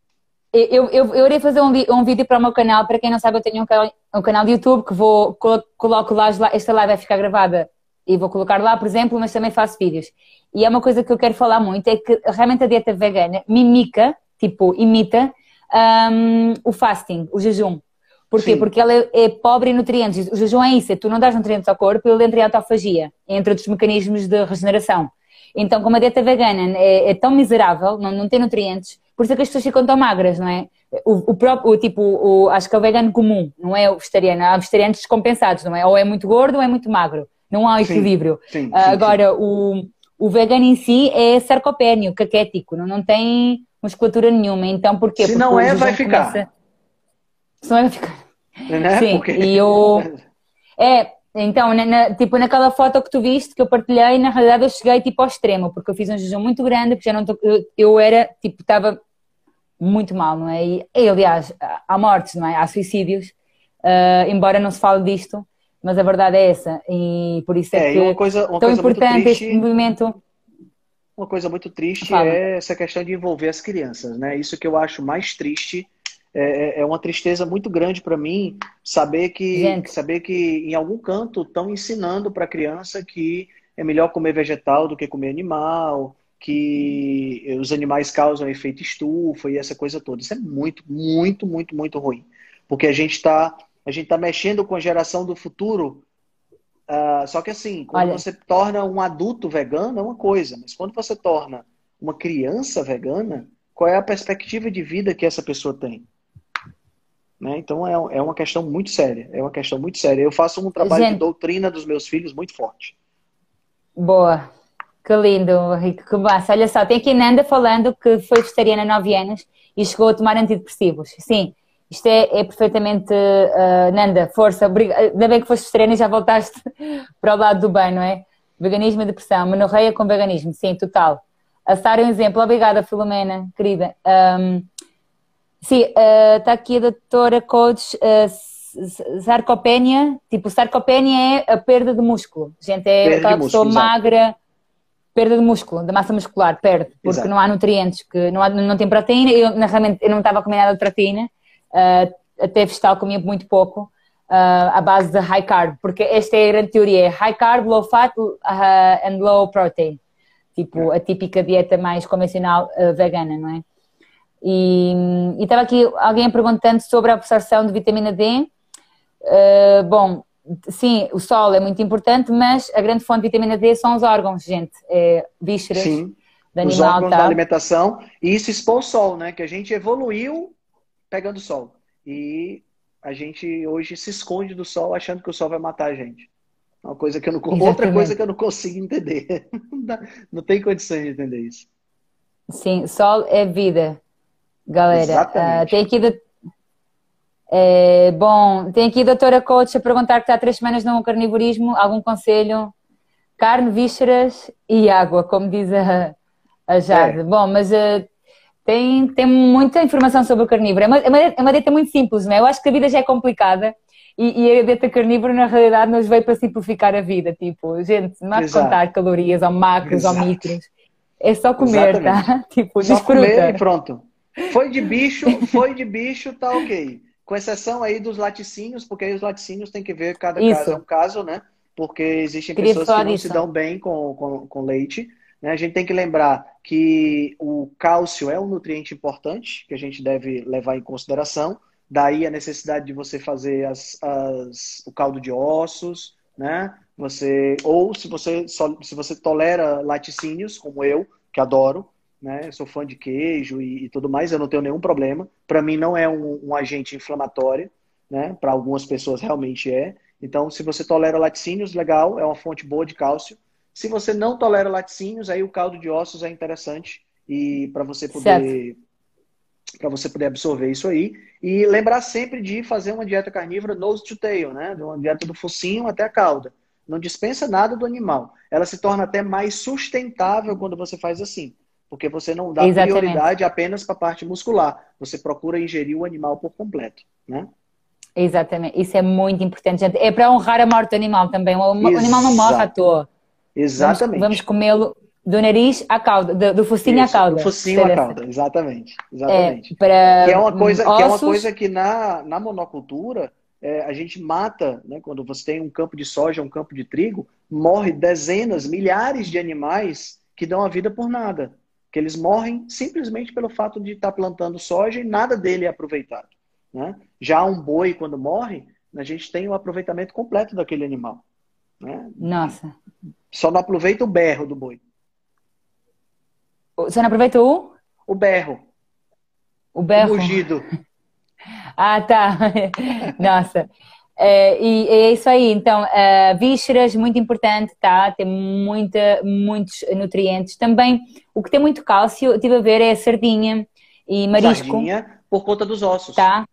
[SPEAKER 2] Eu, eu, eu irei fazer um, um vídeo para o meu canal. Para quem não sabe, eu tenho um canal, um canal de YouTube que vou coloco lá, esta live vai ficar gravada e vou colocar lá, por exemplo, mas também faço vídeos. E é uma coisa que eu quero falar muito, é que realmente a dieta vegana mimica, tipo, imita um, o fasting, o jejum. Porquê? Sim. Porque ela é, é pobre em nutrientes. O jejum é isso, é tu não dás nutrientes ao corpo, ele entra em autofagia, entre outros mecanismos de regeneração. Então, como a dieta vegana é, é tão miserável, não, não tem nutrientes, por isso é que as pessoas ficam tão magras, não é? O, o próprio, o, tipo, o, acho que é o vegano comum, não é o vegetariano. Há vegetarianos descompensados, não é? Ou é muito gordo ou é muito magro. Não há equilíbrio. Sim, sim, sim, Agora, sim. O, o vegano em si é sarcopénio, caquético, não, não tem musculatura nenhuma. Então, porquê?
[SPEAKER 3] Se
[SPEAKER 2] Porque
[SPEAKER 3] não é, vai ficar.
[SPEAKER 2] Começa... Se não é, vai ficar.
[SPEAKER 3] Né?
[SPEAKER 2] Sim,
[SPEAKER 3] Porque...
[SPEAKER 2] e eu... É... Então, na, na, tipo, naquela foto que tu viste, que eu partilhei, na realidade eu cheguei tipo ao extremo, porque eu fiz um jejum muito grande, porque já não tô, eu, eu era, tipo, estava muito mal, não é? E, e aliás, há mortes, não é? Há suicídios, uh, embora não se fale disto, mas a verdade é essa, e por isso é, é que
[SPEAKER 3] uma coisa, uma
[SPEAKER 2] tão
[SPEAKER 3] coisa
[SPEAKER 2] importante
[SPEAKER 3] triste,
[SPEAKER 2] este movimento.
[SPEAKER 3] Uma coisa muito triste
[SPEAKER 2] Fala.
[SPEAKER 3] É essa questão de envolver as crianças, né? Isso que eu acho mais triste. É, é uma tristeza muito grande para mim saber que, saber que em algum canto estão ensinando para a criança que é melhor comer vegetal do que comer animal, que os animais causam efeito estufa e essa coisa toda. Isso é muito, muito, muito, muito ruim. Porque a gente está a gente tá mexendo com a geração do futuro. Uh, só que assim, quando
[SPEAKER 2] Olha,
[SPEAKER 3] você torna um adulto vegano é uma coisa, mas quando você torna uma criança vegana, qual é a perspectiva de vida que essa pessoa tem? Né? Então é, é uma questão muito séria, é uma questão muito séria. Eu faço um trabalho de
[SPEAKER 2] gente,
[SPEAKER 3] doutrina dos meus filhos muito forte.
[SPEAKER 2] boa. Que lindo, Rico, que massa. Olha só, tem aqui Nanda falando que foi vegetariana há nove anos e chegou a tomar antidepressivos. Sim, isto é, é perfeitamente... Uh, Nanda, força, obrigada. Ainda bem que foste vegetariana e já voltaste para o lado do bem, não é? Veganismo e depressão, menorreia com veganismo, sim, total. A Sara é um exemplo. Obrigada, Filomena, querida. Um, sim, está uh, aqui a doutora Codes, uh, sarcopenia. Tipo, sarcopenia é a perda de músculo. Gente, é
[SPEAKER 3] Perda
[SPEAKER 2] aquela
[SPEAKER 3] de
[SPEAKER 2] pessoa
[SPEAKER 3] músculo,
[SPEAKER 2] magra... Exato. Perda de músculo, da massa muscular, perde, porque
[SPEAKER 3] Exato.
[SPEAKER 2] não há nutrientes, que não, há, não tem proteína. Eu, na, realmente, eu não estava a comer nada de proteína, uh, até vegetal comia muito pouco, uh, à base de high carb, porque esta é a grande teoria, é high carb, low fat uh, and low protein, tipo
[SPEAKER 3] É.
[SPEAKER 2] a típica dieta mais convencional uh, vegana, não é? E estava aqui alguém perguntando sobre a absorção de vitamina D. Uh, bom, sim, o sol é muito importante, mas a grande fonte de vitamina D são os órgãos, gente. É, vísceras
[SPEAKER 3] Sim,
[SPEAKER 2] de
[SPEAKER 3] os
[SPEAKER 2] animal,
[SPEAKER 3] órgãos
[SPEAKER 2] tá?
[SPEAKER 3] da alimentação e isso expor o sol, né? Que a gente evoluiu pegando sol. E a gente hoje se esconde do sol achando que o sol vai matar a gente. Uma coisa que eu não, outra coisa que eu não consigo entender. Não tem condições de entender isso.
[SPEAKER 2] Sim, sol é vida, galera. Uh,
[SPEAKER 3] Exatamente.
[SPEAKER 2] tem aqui... É, bom, tem aqui a doutora Coach a perguntar que está há três semanas no carnivorismo. Algum conselho? Carne, vísceras e água, como diz a, a Jade. É. Bom, mas uh, tem, tem muita informação sobre o carnívoro. É uma, é, uma, é uma dieta muito simples, não é? Eu acho que a vida já é complicada e, e a dieta carnívora, na realidade, nos veio para simplificar a vida. Tipo, gente, não há que contar calorias ou macros Exato. Ou micros. É só comer, Exatamente. Tá? Tipo,
[SPEAKER 3] só
[SPEAKER 2] desfruta.
[SPEAKER 3] Comer e pronto. Foi de bicho, foi de bicho, tá ok. Com exceção aí dos laticínios, porque aí os laticínios tem que ver, cada
[SPEAKER 2] Isso.
[SPEAKER 3] caso é um caso, né? Porque existem
[SPEAKER 2] Queria
[SPEAKER 3] pessoas que não
[SPEAKER 2] disso.
[SPEAKER 3] se dão bem com, com, com leite. Né? A gente tem que lembrar que o cálcio é um nutriente importante, que a gente deve levar em consideração. Daí a necessidade de você fazer as, as, o caldo de ossos, né? Você, ou se você, se você tolera laticínios, como eu, que adoro, né? Eu sou fã de queijo e, e tudo mais, eu não tenho nenhum problema. Para mim não é um, um agente inflamatório, né? Para algumas pessoas realmente é. Então, se você tolera laticínios, legal, é uma fonte boa de cálcio. Se você não tolera laticínios, aí o caldo de ossos é interessante e para você poder para você poder absorver isso aí. E lembrar sempre de fazer uma dieta carnívora nose to tail, né? Uma dieta do focinho até a cauda. Não dispensa nada do animal. Ela se torna até mais sustentável quando você faz assim. Porque você não dá Exatamente. Prioridade apenas para a parte muscular. Você procura ingerir o animal por completo, né?
[SPEAKER 2] Exatamente. Isso é muito importante, gente. É para honrar a morte do animal também. O Exato. Animal não morre à toa.
[SPEAKER 3] Exatamente.
[SPEAKER 2] Vamos, vamos comê-lo do nariz à cauda, do, do focinho
[SPEAKER 3] Isso,
[SPEAKER 2] à cauda.
[SPEAKER 3] Do focinho à cauda, exatamente. Exatamente.
[SPEAKER 2] É, para
[SPEAKER 3] que, é uma coisa,
[SPEAKER 2] ossos...
[SPEAKER 3] que é uma coisa que na, na monocultura é, a gente mata, né? Quando você tem um campo de soja, um campo de trigo, morre dezenas, milhares de animais que dão a vida por nada. Que eles morrem simplesmente pelo fato de estar plantando soja e nada dele é aproveitado. Né? Já um boi, quando morre, a gente tem o aproveitamento completo daquele animal. Né?
[SPEAKER 2] Nossa.
[SPEAKER 3] Só não aproveita o berro do boi.
[SPEAKER 2] Você não aproveita o?
[SPEAKER 3] O berro.
[SPEAKER 2] O berro.
[SPEAKER 3] O mugido.
[SPEAKER 2] Ah, tá. Nossa. É, e é isso aí. Então, uh, vísceras, muito importante, tá? Tem muita, muitos nutrientes. Também, o que tem muito cálcio, eu estive a ver, é a sardinha e marisco.
[SPEAKER 3] Sardinha, por conta dos ossos.
[SPEAKER 2] Tá.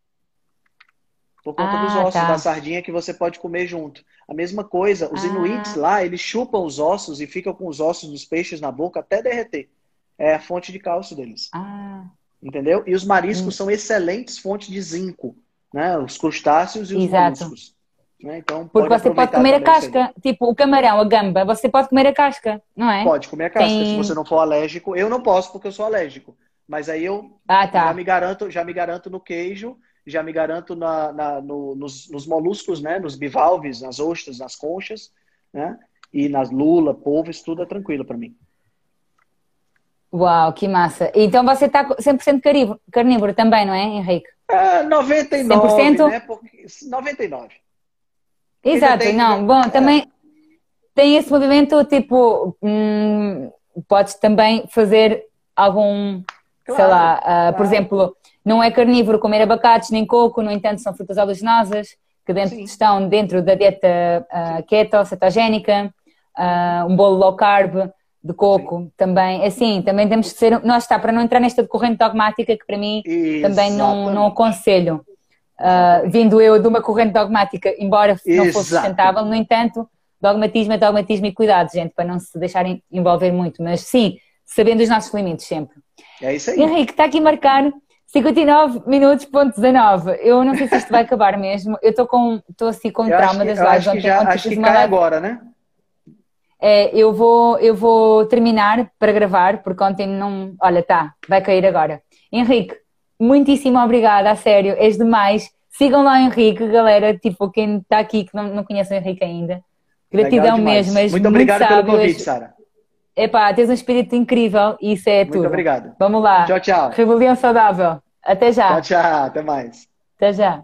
[SPEAKER 3] Por conta ah, dos ossos tá. Da sardinha que você pode comer junto. A mesma coisa, os ah. inuits lá, eles chupam os ossos e ficam com os ossos dos peixes na boca até derreter. É a fonte de cálcio deles.
[SPEAKER 2] Ah.
[SPEAKER 3] Entendeu? E os mariscos hum. são excelentes fontes de zinco. Né? Os crustáceos e os
[SPEAKER 2] Exato.
[SPEAKER 3] Moluscos. Né? Então,
[SPEAKER 2] porque
[SPEAKER 3] pode
[SPEAKER 2] você pode comer a casca. Tipo, o camarão, a gamba, você pode comer a casca, não é?
[SPEAKER 3] Pode comer a casca,
[SPEAKER 2] Tem...
[SPEAKER 3] se você não for alérgico. Eu não posso porque eu sou alérgico. Mas aí eu
[SPEAKER 2] ah, tá.
[SPEAKER 3] já, me garanto, já me garanto no queijo, já me garanto na, na, no, nos, nos moluscos, né? Nos bivalves, nas ostras, nas conchas, né? E nas lula, polvos, tudo é tranquilo para mim.
[SPEAKER 2] Uau, que massa. Então você está cem por cento carnívoro, carnívoro também, não é, Henrique?
[SPEAKER 3] É noventa e nove,
[SPEAKER 2] cem por cento?
[SPEAKER 3] né? Porque, noventa e nove.
[SPEAKER 2] Exato,
[SPEAKER 3] tem,
[SPEAKER 2] não, bom,
[SPEAKER 3] é.
[SPEAKER 2] também tem esse movimento, tipo, hum, podes também fazer algum,
[SPEAKER 3] Claro,
[SPEAKER 2] sei lá, uh,
[SPEAKER 3] claro.
[SPEAKER 2] por exemplo, não é carnívoro comer abacates nem coco, no entanto são frutas oleaginosas que dentro, estão dentro da dieta uh, keto, cetogénica, uh, um bolo low carb de coco. Sim. Também, assim, também temos que ser, nós está, para não entrar nesta corrente dogmática que para mim Exatamente. Também não, não aconselho. Uh, vindo eu de uma corrente dogmática, embora não fosse sustentável, no entanto, dogmatismo é dogmatismo e cuidado, gente, para não se deixarem envolver muito, mas sim, sabendo os nossos limites sempre.
[SPEAKER 3] É isso aí.
[SPEAKER 2] Henrique, está aqui a marcar cinquenta e nove minutos, ponto dezanove. Eu não sei se isto vai acabar mesmo, eu estou com, estou assim com
[SPEAKER 3] eu
[SPEAKER 2] trauma
[SPEAKER 3] que,
[SPEAKER 2] das lives.
[SPEAKER 3] Acho que, já, acho que cai agora, né?
[SPEAKER 2] É, eu vou, eu vou terminar para gravar, porque ontem não... Olha, tá, vai cair agora. Henrique, muitíssimo obrigada, a sério, és demais. Sigam lá o Henrique, galera, tipo, quem está aqui que não, não conhece o Henrique ainda. Gratidão mesmo. És
[SPEAKER 3] muito obrigado
[SPEAKER 2] muito
[SPEAKER 3] pelo
[SPEAKER 2] sábio,
[SPEAKER 3] convite,
[SPEAKER 2] és...
[SPEAKER 3] Sara.
[SPEAKER 2] Epá, tens um espírito incrível e isso é
[SPEAKER 3] muito
[SPEAKER 2] tudo.
[SPEAKER 3] Muito obrigado.
[SPEAKER 2] Vamos lá.
[SPEAKER 3] Tchau, tchau.
[SPEAKER 2] Rebelião saudável. Até já.
[SPEAKER 3] Tchau, tchau. Até mais.
[SPEAKER 2] Até já.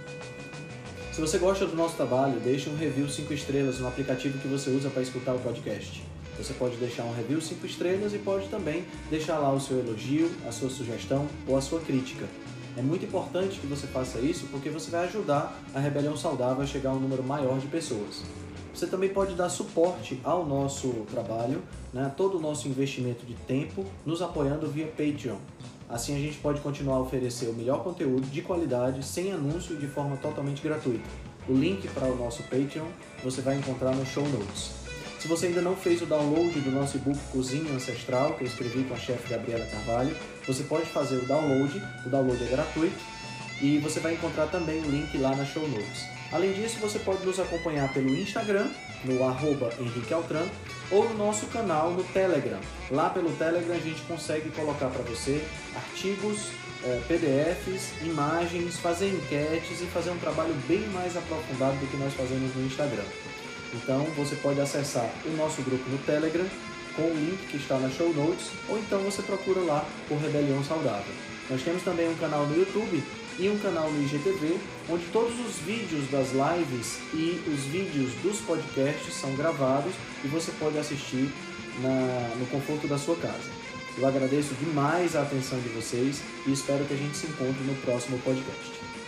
[SPEAKER 1] Se você gosta do nosso trabalho, deixe um review cinco estrelas no aplicativo que você usa para escutar o podcast. Você pode deixar um review cinco estrelas e pode também deixar lá o seu elogio, a sua sugestão ou a sua crítica. É muito importante que você faça isso porque você vai ajudar a Rebelião Saudável a chegar a um número maior de pessoas. Você também pode dar suporte ao nosso trabalho, né, todo o nosso investimento de tempo, nos apoiando via Patreon. Assim a gente pode continuar a oferecer o melhor conteúdo de qualidade, sem anúncio e de forma totalmente gratuita. O link para o nosso Patreon você vai encontrar no show notes. Se você ainda não fez o download do nosso e-book Cozinha Ancestral, que eu escrevi com a chefe Gabriela Carvalho, você pode fazer o download, o download é gratuito, e você vai encontrar também o link lá na show notes. Além disso, você pode nos acompanhar pelo Instagram, no arroba Henrique Altran, ou no nosso canal no Telegram. Lá pelo Telegram a gente consegue colocar para você artigos, eh, P D Fs, imagens, fazer enquetes e fazer um trabalho bem mais aprofundado do que nós fazemos no Instagram. Então você pode acessar o nosso grupo no Telegram com o link que está na show notes, ou então você procura lá por Rebelião Saudável. Nós temos também um canal no YouTube e um canal no I G T V, onde todos os vídeos das lives e os vídeos dos podcasts são gravados e você pode assistir na, no conforto da sua casa. Eu agradeço demais a atenção de vocês e espero que a gente se encontre no próximo podcast.